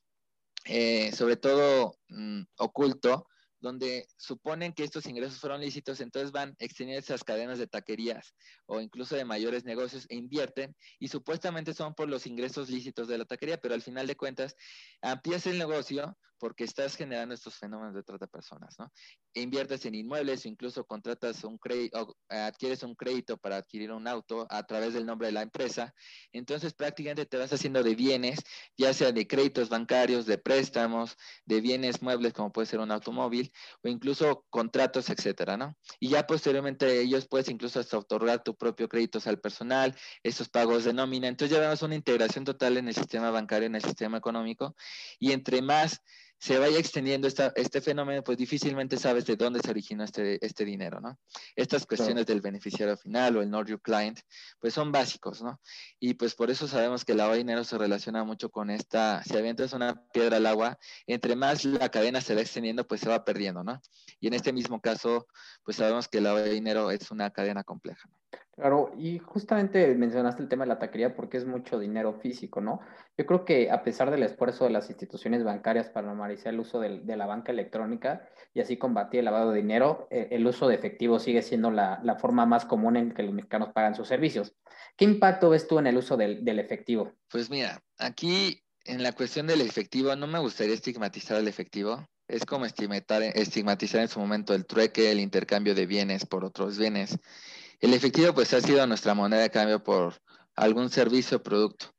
sobre todo oculto, donde suponen que estos ingresos fueron lícitos, entonces van extendiendo esas cadenas de taquerías o incluso de mayores negocios e invierten y supuestamente son por los ingresos lícitos de la taquería, pero al final de cuentas amplías el negocio porque estás generando estos fenómenos de trata de personas, ¿no? E inviertes en inmuebles o incluso contratas un crédito, o adquieres un crédito para adquirir un auto a través del nombre de la empresa, entonces prácticamente te vas haciendo de bienes, ya sea de créditos bancarios, de préstamos, de bienes muebles como puede ser un automóvil o incluso contratos, etcétera, ¿no? Y ya posteriormente ellos puedes incluso hasta otorgar tu propio créditos al personal, esos pagos de nómina. Entonces ya vemos una integración total en el sistema bancario, en el sistema económico, y entre más se vaya extendiendo este fenómeno, pues difícilmente sabes de dónde se originó este dinero, ¿no? Estas cuestiones del beneficiario final o el know your client, pues son básicos, ¿no? Y pues por eso sabemos que el lavado de dinero se relaciona mucho con esta, si avientas una piedra al agua, entre más la cadena se va extendiendo, pues se va perdiendo, ¿no? Y en este mismo caso, pues sabemos que el lavado de dinero es una cadena compleja, ¿no? Claro, y justamente mencionaste el tema de la taquería porque es mucho dinero físico, ¿no? Yo creo que a pesar del esfuerzo de las instituciones bancarias para normalizar el uso de la banca electrónica y así combatir el lavado de dinero, el uso de efectivo sigue siendo la forma más común en que los mexicanos pagan sus servicios. ¿Qué impacto ves tú en el uso del efectivo? Pues mira, aquí en la cuestión del efectivo, no me gustaría estigmatizar el efectivo. Es como estigmatizar en su momento el trueque, el intercambio de bienes por otros bienes. El efectivo pues ha sido nuestra moneda de cambio por algún servicio o producto.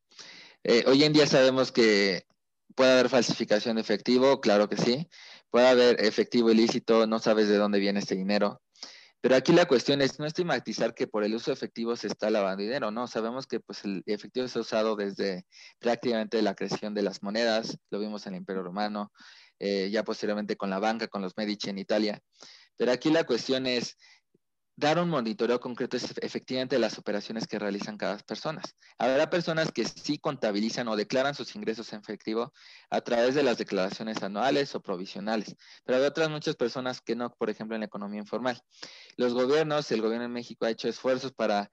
Hoy en día sabemos que puede haber falsificación de efectivo, claro que sí. Puede haber efectivo ilícito, no sabes de dónde viene este dinero. Pero aquí la cuestión es no estigmatizar que por el uso de efectivo se está lavando dinero, ¿no? Sabemos que pues el efectivo se ha usado desde prácticamente la creación de las monedas, lo vimos en el Imperio Romano, ya posteriormente con la banca, con los Medici en Italia. Pero aquí la cuestión es dar un monitoreo concreto es efectivamente las operaciones que realizan cada persona. Habrá personas que sí contabilizan o declaran sus ingresos en efectivo a través de las declaraciones anuales o provisionales, pero hay otras muchas personas que no, por ejemplo, en la economía informal. Los gobiernos, el gobierno de México ha hecho esfuerzos para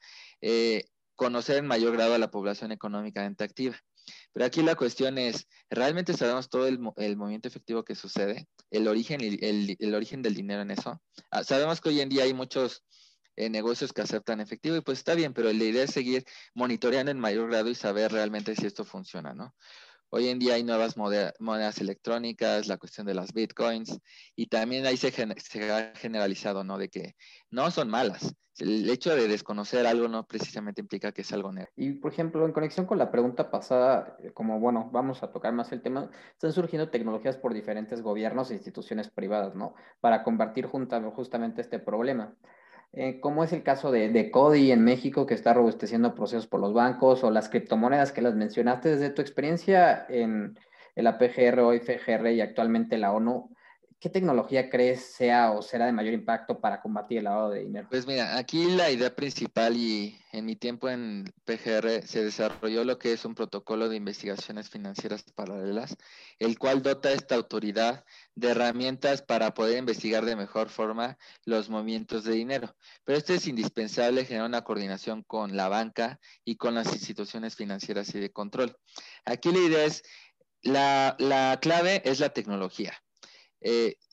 conocer en mayor grado a la población económicamente activa. Pero aquí la cuestión es, ¿realmente sabemos todo el movimiento efectivo que sucede? ¿El origen, el origen del dinero en eso? Sabemos que hoy en día hay muchos negocios que aceptan efectivo y pues está bien, pero la idea es seguir monitoreando en mayor grado y saber realmente si esto funciona, ¿no? Hoy en día hay nuevas monedas electrónicas, la cuestión de las bitcoins, y también ahí se ha generalizado, ¿no? De que no son malas. El hecho de desconocer algo no precisamente implica que es algo negro. Y, por ejemplo, en conexión con la pregunta pasada, como, bueno, vamos a tocar más el tema, están surgiendo tecnologías por diferentes gobiernos e instituciones privadas, ¿no? Para combatir justamente este problema. Como es el caso de CODI en México, que está robusteciendo procesos por los bancos, o las criptomonedas que las mencionaste desde tu experiencia en la PGR, hoy FGR y actualmente la ONU, ¿qué tecnología crees sea o será de mayor impacto para combatir el lavado de dinero? Pues mira, aquí la idea principal y en mi tiempo en PGR se desarrolló lo que es un protocolo de investigaciones financieras paralelas, el cual dota a esta autoridad de herramientas para poder investigar de mejor forma los movimientos de dinero. Pero esto es indispensable generar una coordinación con la banca y con las instituciones financieras y de control. Aquí la idea es, la clave es la tecnología. Eh,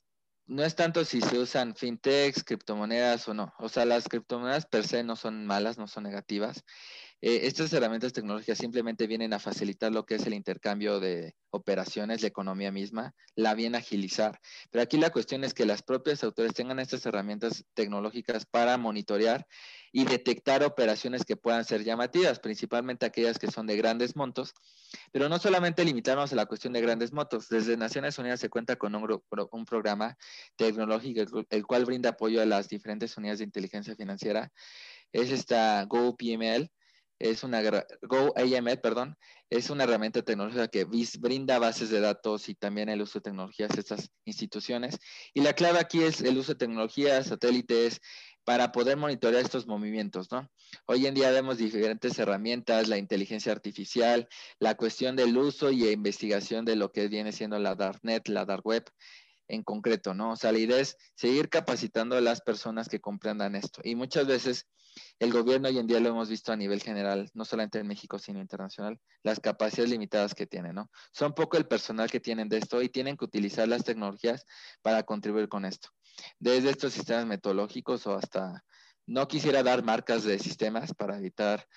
no es tanto si se usan fintechs, criptomonedas o no. O sea, las criptomonedas per se no son malas, no son negativas. Estas herramientas tecnológicas simplemente vienen a facilitar lo que es el intercambio de operaciones, la economía misma, la bien agilizar. Pero aquí la cuestión es que las propias autores tengan estas herramientas tecnológicas para monitorear y detectar operaciones que puedan ser llamativas, principalmente aquellas que son de grandes montos, pero no solamente limitarnos a la cuestión de grandes montos. Desde Naciones Unidas se cuenta con un programa tecnológico, el cual brinda apoyo a las diferentes unidades de inteligencia financiera. Es esta GoPML, GoAML, perdón, es una herramienta tecnológica que brinda bases de datos y también el uso de tecnologías a estas instituciones. Y la clave aquí es el uso de tecnologías, satélites, para poder monitorear estos movimientos, ¿no? Hoy en día vemos diferentes herramientas, la inteligencia artificial, la cuestión del uso y investigación de lo que viene siendo la Darknet, la Dark Web, en concreto, ¿no? O sea, la idea es seguir capacitando a las personas que comprendan esto. Y muchas veces el gobierno hoy en día lo hemos visto a nivel general, no solamente en México, sino internacional, las capacidades limitadas que tienen, ¿no? Son poco el personal que tienen de esto y tienen que utilizar las tecnologías para contribuir con esto. Desde estos sistemas metodológicos o hasta, no quisiera dar marcas de sistemas para evitar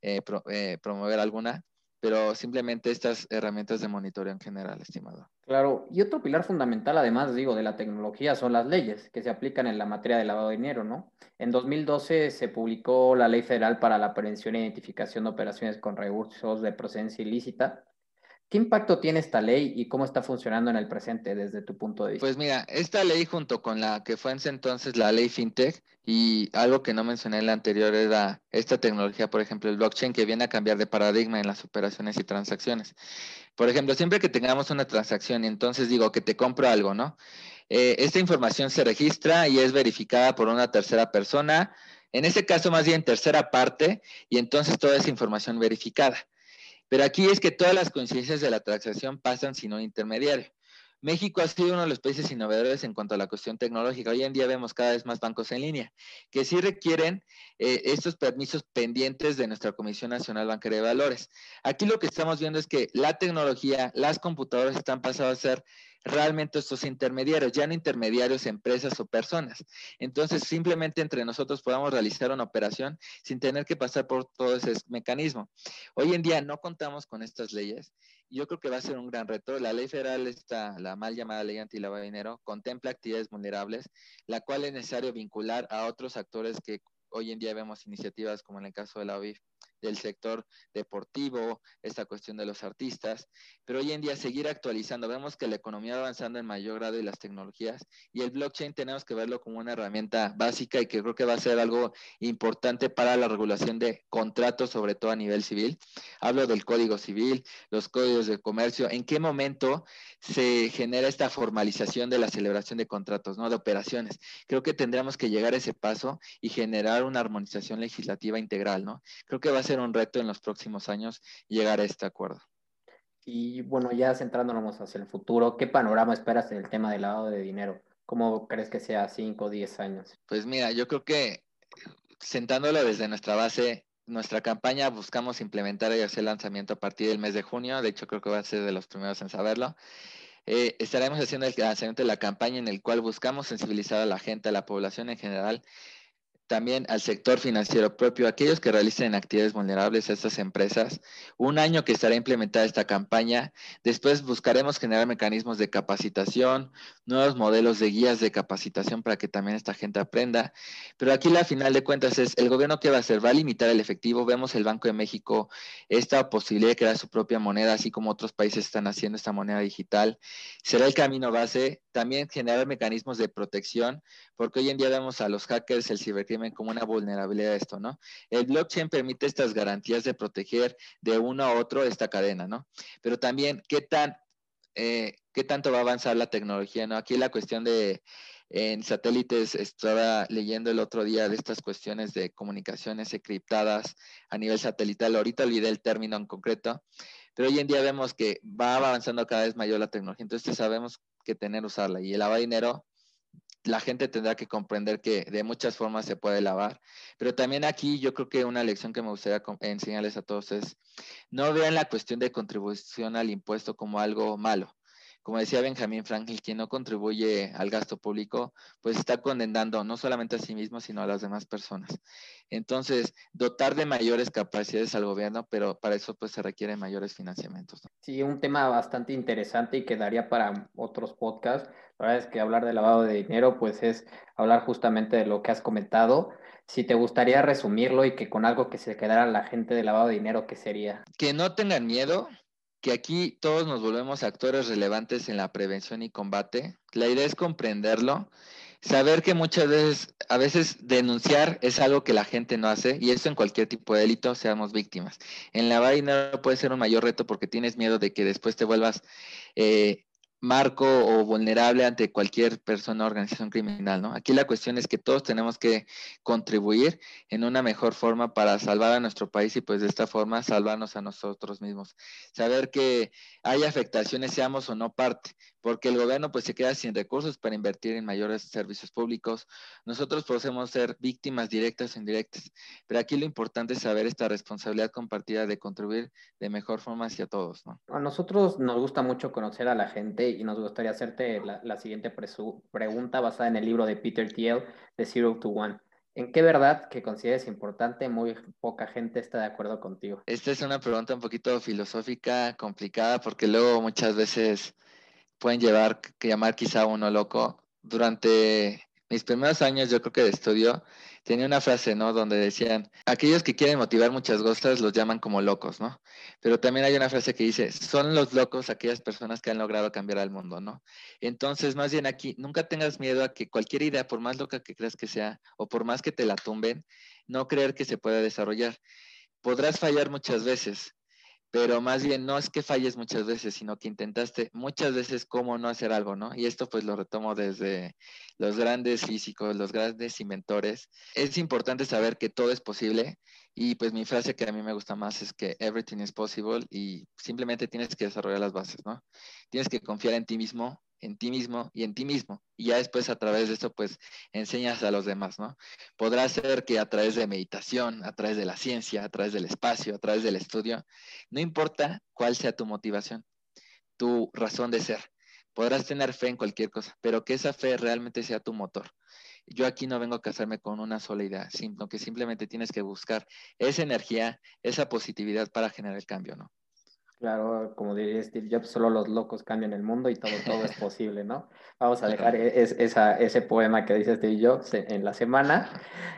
promover alguna, pero simplemente estas herramientas de monitoreo en general, estimado. Claro, y otro pilar fundamental, además, digo, de la tecnología son las leyes que se aplican en la materia de lavado de dinero, ¿no? En 2012 se publicó la Ley Federal para la Prevención e Identificación de Operaciones con Recursos de Procedencia Ilícita. ¿Qué impacto tiene esta ley y cómo está funcionando en el presente desde tu punto de vista? Pues mira, esta ley junto con la que fue en ese entonces la ley FinTech y algo que no mencioné en la anterior era esta tecnología, por ejemplo, el blockchain que viene a cambiar de paradigma en las operaciones y transacciones. Por ejemplo, siempre que tengamos una transacción y entonces digo que te compro algo, ¿no? Esta información se registra y es verificada por una tercera persona, en este caso más bien tercera parte, y entonces toda esa información verificada. Pero aquí es que todas las coincidencias de la transacción pasan sin un intermediario. México ha sido uno de los países innovadores en cuanto a la cuestión tecnológica. Hoy en día vemos cada vez más bancos en línea que sí requieren estos permisos pendientes de nuestra Comisión Nacional Bancaria de Valores. Aquí lo que estamos viendo es que la tecnología, las computadoras están pasando a ser realmente estos intermediarios, ya no intermediarios, empresas o personas. Entonces, simplemente entre nosotros podamos realizar una operación sin tener que pasar por todo ese mecanismo. Hoy en día no contamos con estas leyes y yo creo que va a ser un gran reto. La ley federal, la mal llamada ley antilavado de dinero, contempla actividades vulnerables, la cual es necesario vincular a otros actores que hoy en día vemos iniciativas como en el caso de la OIF, del sector deportivo, esta cuestión de los artistas, pero hoy en día seguir actualizando. Vemos que la economía va avanzando en mayor grado y las tecnologías y el blockchain tenemos que verlo como una herramienta básica y que creo que va a ser algo importante para la regulación de contratos, sobre todo a nivel civil. Hablo del Código Civil, los códigos de comercio, en qué momento se genera esta formalización de la celebración de contratos, ¿no? De operaciones. Creo que tendríamos que llegar a ese paso y generar una armonización legislativa integral, ¿no? Creo que va a ser un reto en los próximos años llegar a este acuerdo. Y bueno, ya centrándonos hacia el futuro, ¿qué panorama esperas en el tema del lavado de dinero? ¿Cómo crees que sea 5 o 10 años? Pues mira, yo creo que sentándolo desde nuestra base, nuestra campaña buscamos implementar y hacer lanzamiento a partir del mes de junio. De hecho, creo que va a ser de los primeros en saberlo. Estaremos haciendo el lanzamiento de la campaña en el cual buscamos sensibilizar a la gente, a la población en general, también al sector financiero propio, aquellos que realicen actividades vulnerables a estas empresas. Un año que estará implementada esta campaña. Después buscaremos generar mecanismos de capacitación, nuevos modelos de guías de capacitación para que también esta gente aprenda. Pero aquí la final de cuentas es, ¿el gobierno qué va a hacer? ¿Va a limitar el efectivo? Vemos el Banco de México esta posibilidad de crear su propia moneda, así como otros países están haciendo esta moneda digital. ¿Será el camino base? También generar mecanismos de protección, porque hoy en día vemos a los hackers, el cibercrimen como una vulnerabilidad a esto, ¿no? El blockchain permite estas garantías de proteger de uno a otro esta cadena, ¿no? Pero también, ¿qué tanto va a avanzar la tecnología, ¿no? Aquí la cuestión de en satélites, estaba leyendo el otro día de estas cuestiones de comunicaciones encriptadas a nivel satelital, ahorita olvidé el término en concreto, pero hoy en día vemos que va avanzando cada vez mayor la tecnología, entonces sabemos que tener usarla y el lavado de dinero la gente tendrá que comprender que de muchas formas se puede lavar. Pero también aquí yo creo que una lección que me gustaría enseñarles a todos es, no vean la cuestión de contribución al impuesto como algo malo. como decía Benjamin Franklin, quien no contribuye al gasto público, pues está condenando no solamente a sí mismo, sino a las demás personas. Entonces, dotar de mayores capacidades al gobierno, pero para eso pues se requieren mayores financiamientos, ¿no? Sí, un tema bastante interesante y que daría para otros podcasts. La verdad es que hablar de lavado de dinero, pues es hablar justamente de lo que has comentado. Si te gustaría resumirlo y que con algo que se quedara la gente de lavado de dinero, ¿qué sería? Que no tengan miedo, que aquí todos nos volvemos actores relevantes en la prevención y combate. La idea es comprenderlo, saber que muchas veces, a veces denunciar es algo que la gente no hace, y esto en cualquier tipo de delito, seamos víctimas. En lavar dinero puede ser un mayor reto porque tienes miedo de que después te vuelvas eh, marco o vulnerable ante cualquier persona o organización criminal, ¿no? Aquí la cuestión es que todos tenemos que contribuir en una mejor forma para salvar a nuestro país y pues de esta forma salvarnos a nosotros mismos. Saber que hay afectaciones, seamos o no parte, porque el gobierno pues se queda sin recursos para invertir en mayores servicios públicos. Nosotros podemos ser víctimas directas o indirectas, pero aquí lo importante es saber esta responsabilidad compartida de contribuir de mejor forma hacia todos, ¿no? A nosotros nos gusta mucho conocer a la gente y nos gustaría hacerte la siguiente pregunta basada en el libro de Peter Thiel, de Zero to One. ¿En qué verdad que consideres importante muy poca gente está de acuerdo contigo? Esta es una pregunta un poquito filosófica, complicada, porque luego muchas veces pueden llamar quizá a uno loco. Durante mis primeros años, yo creo que de estudio, tenía una frase, ¿no? Donde decían, aquellos que quieren motivar muchas cosas los llaman como locos, ¿no? Pero también hay una frase que dice, son los locos aquellas personas que han logrado cambiar al mundo, ¿no? Entonces, más bien aquí, nunca tengas miedo a que cualquier idea, por más loca que creas que sea, o por más que te la tumben, no creer que se pueda desarrollar. Podrás fallar muchas veces, pero más bien no es que falles muchas veces, sino que intentaste muchas veces cómo no hacer algo, ¿no? Y esto pues lo retomo desde los grandes físicos, los grandes inventores. Es importante saber que todo es posible y pues mi frase que a mí me gusta más es que everything is possible y simplemente tienes que desarrollar las bases, ¿no? Tienes que confiar en ti mismo, en ti mismo y en ti mismo. Y ya después a través de esto pues enseñas a los demás, ¿no? Podrá ser que a través de meditación, a través de la ciencia, a través del espacio, a través del estudio, no importa cuál sea tu motivación, tu razón de ser. Podrás tener fe en cualquier cosa, pero que esa fe realmente sea tu motor. Yo aquí no vengo a casarme con una sola idea, sino que simplemente tienes que buscar esa energía, esa positividad para generar el cambio, ¿no? Claro, como diría Steve Jobs, solo los locos cambian el mundo y todo es posible, ¿no? Vamos a Claro. dejar ese poema que dice Steve Jobs en la semana.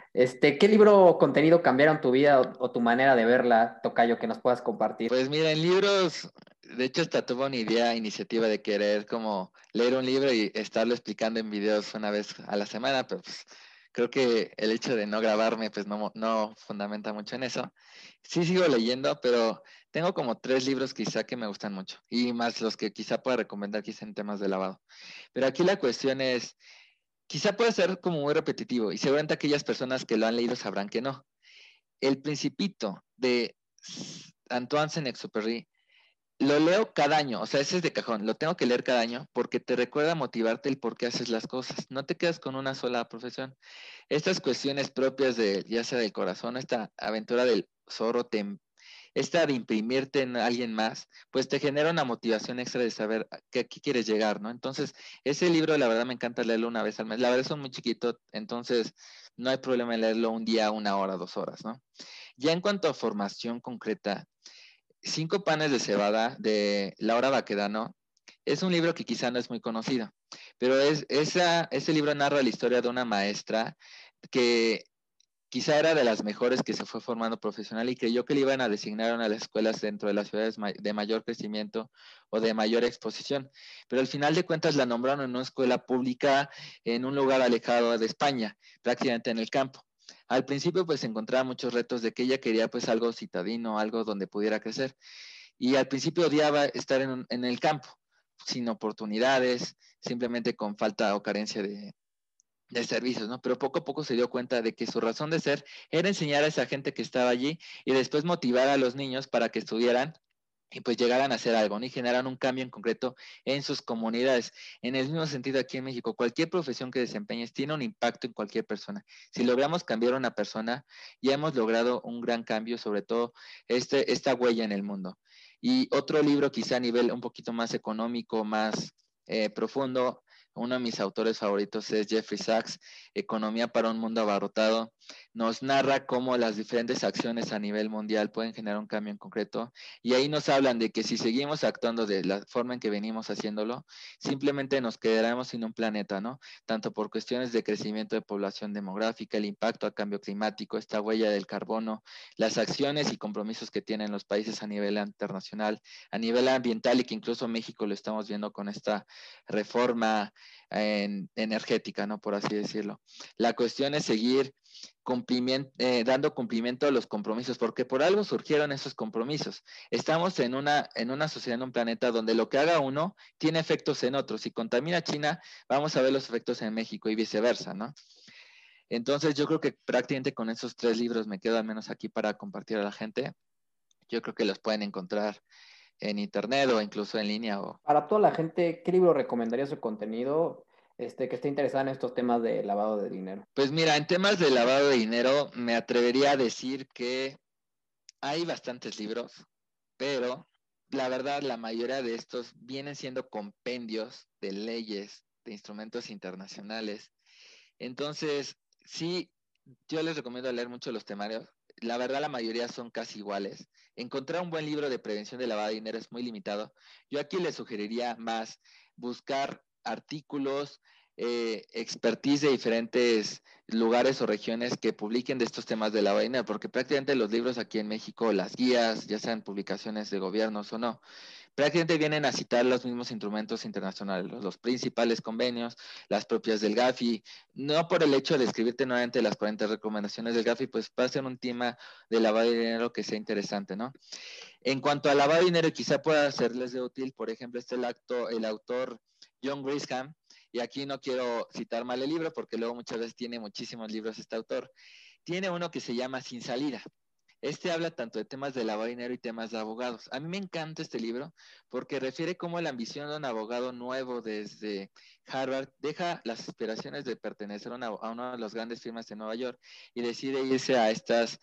¿Qué libro o contenido cambiaron tu vida o tu manera de verla, Tocayo, que nos puedas compartir? Pues mira, en libros, de hecho hasta tuve una iniciativa de querer como leer un libro y estarlo explicando en videos una vez a la semana, pero pues creo que el hecho de no grabarme pues no fundamenta mucho en eso. Sí sigo leyendo, pero tengo como 3 libros quizá que me gustan mucho y más los que quizá pueda recomendar quizá en temas de lavado. Pero aquí la cuestión es, quizá puede ser como muy repetitivo y seguramente aquellas personas que lo han leído sabrán que no. El Principito de Antoine Saint-Exupéry lo leo cada año, o sea, ese es de cajón, lo tengo que leer cada año porque te recuerda motivarte el por qué haces las cosas. No te quedas con una sola profesión. Estas cuestiones propias de, ya sea del corazón, esta aventura del zorro, esta de imprimirte en alguien más, pues te genera una motivación extra de saber a qué quieres llegar, ¿no? Entonces, ese libro, la verdad, me encanta leerlo una vez al mes. La verdad, son muy chiquitos, entonces no hay problema en leerlo un día, 1 hora, 2 horas, ¿no? Ya en cuanto a formación concreta, Cinco panes de cebada de Laura Baquedano es un libro que quizá no es muy conocido, pero ese libro narra la historia de una maestra que quizá era de las mejores que se fue formando profesional y creyó que le iban a designar a una de las escuelas dentro de las ciudades de mayor crecimiento o de mayor exposición. Pero al final de cuentas la nombraron en una escuela pública en un lugar alejado de España, prácticamente en el campo. Al principio pues encontraba muchos retos de que ella quería pues algo citadino, algo donde pudiera crecer. Y al principio odiaba estar en el campo, sin oportunidades, simplemente con falta o carencia de servicios, ¿no? Pero poco a poco se dio cuenta de que su razón de ser era enseñar a esa gente que estaba allí y después motivar a los niños para que estudiaran y pues llegaran a hacer algo, ¿no? Y generaran un cambio en concreto en sus comunidades. En el mismo sentido aquí en México, cualquier profesión que desempeñes tiene un impacto en cualquier persona. Si logramos cambiar a una persona, ya hemos logrado un gran cambio, sobre todo esta huella en el mundo. Y otro libro quizá a nivel un poquito más económico, más profundo, uno de mis autores favoritos es Jeffrey Sachs, Economía para un mundo abarrotado. Nos narra cómo las diferentes acciones a nivel mundial pueden generar un cambio en concreto. Y ahí nos hablan de que si seguimos actuando de la forma en que venimos haciéndolo, simplemente nos quedaremos sin un planeta, ¿no? Tanto por cuestiones de crecimiento de población demográfica, el impacto al cambio climático, esta huella del carbono, las acciones y compromisos que tienen los países a nivel internacional, a nivel ambiental, y que incluso México lo estamos viendo con esta reforma energética, ¿no? Por así decirlo. La cuestión es seguir dando cumplimiento a los compromisos, porque por algo surgieron esos compromisos. Estamos en una sociedad, en un planeta donde lo que haga uno tiene efectos en otros. Si contamina China, vamos a ver los efectos en México y viceversa, ¿no? Entonces yo creo que prácticamente con esos 3 libros me quedo al menos aquí para compartir a la gente. Yo creo que los pueden encontrar en internet o incluso en línea. Para toda la gente, ¿qué libro recomendaría su contenido que esté interesada en estos temas de lavado de dinero? Pues mira, en temas de lavado de dinero me atrevería a decir que hay bastantes libros, pero la verdad la mayoría de estos vienen siendo compendios de leyes, de instrumentos internacionales. Entonces, sí, yo les recomiendo leer mucho los temarios. La verdad, la mayoría son casi iguales. Encontrar un buen libro de prevención de lavado de dinero es muy limitado. Yo aquí les sugeriría más buscar artículos, expertise de diferentes lugares o regiones que publiquen de estos temas de lavado de dinero, porque prácticamente los libros aquí en México, las guías, ya sean publicaciones de gobiernos o no, prácticamente vienen a citar los mismos instrumentos internacionales, los principales convenios, las propias del Gafi, no por el hecho de escribirte nuevamente las 40 recomendaciones del Gafi, pues va a ser un tema de lavado de dinero que sea interesante, ¿no? En cuanto a lavado de dinero, quizá pueda serles de útil, por ejemplo, el autor John Grisham, y aquí no quiero citar mal el libro porque luego muchas veces tiene muchísimos libros este autor, tiene uno que se llama Sin Salida. Este habla tanto de temas de lavado de dinero y temas de abogados. A mí me encanta este libro porque refiere cómo la ambición de un abogado nuevo desde Harvard deja las aspiraciones de pertenecer a una de las grandes firmas de Nueva York y decide irse a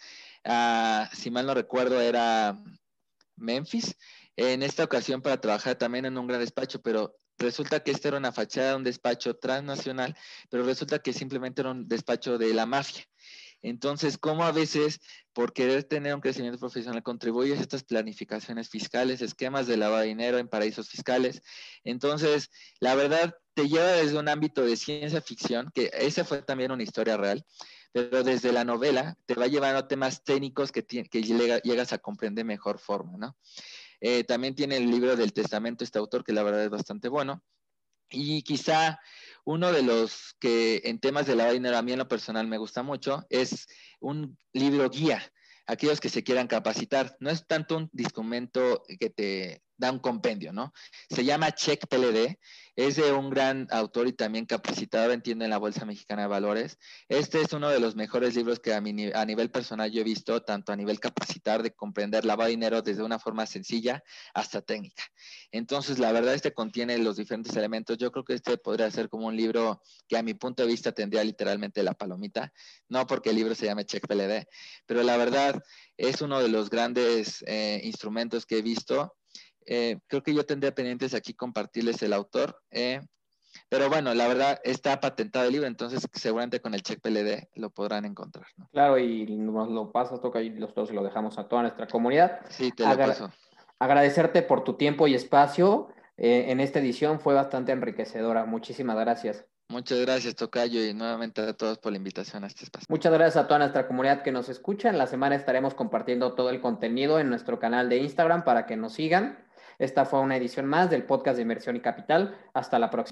si mal no recuerdo, era Memphis, en esta ocasión para trabajar también en un gran despacho, pero resulta que esta era una fachada de un despacho transnacional, pero resulta que simplemente era un despacho de la mafia. Entonces, ¿cómo a veces, por querer tener un crecimiento profesional, contribuyes a estas planificaciones fiscales, esquemas de lavado de dinero en paraísos fiscales? Entonces, la verdad, te lleva desde un ámbito de ciencia ficción, que esa fue también una historia real, pero desde la novela te va llevando a temas técnicos que llegas a comprender de mejor forma, ¿no? También tiene el libro del testamento este autor, que la verdad es bastante bueno. Y quizá uno de los que en temas de lavado de dinero a mí en lo personal me gusta mucho es un libro guía, aquellos que se quieran capacitar. No es tanto un documento que te da un compendio, ¿no? Se llama Check PLD, es de un gran autor y también capacitador, entiendo, en la Bolsa Mexicana de Valores. Este es uno de los mejores libros que a nivel personal yo he visto, tanto a nivel capacitar de comprender lavado de dinero desde una forma sencilla hasta técnica. Entonces, la verdad, este contiene los diferentes elementos. Yo creo que este podría ser como un libro que a mi punto de vista tendría literalmente la palomita, no porque el libro se llame Check PLD, pero la verdad es uno de los grandes instrumentos que he visto. Creo que yo tendría pendientes aquí compartirles el autor, pero bueno, la verdad está patentado el libro, entonces seguramente con el Check PLD lo podrán encontrar, ¿no? Claro, y nos lo pasas, toca y los dos lo dejamos a toda nuestra comunidad. Sí, te lo Agra- paso. Agradecerte por tu tiempo y espacio en esta edición, fue bastante enriquecedora. Muchísimas gracias. Muchas gracias, Tocayo, y nuevamente a todos por la invitación a este espacio. Muchas gracias a toda nuestra comunidad que nos escucha. En la semana estaremos compartiendo todo el contenido en nuestro canal de Instagram para que nos sigan. Esta fue una edición más del podcast de Inversión y Capital. Hasta la próxima.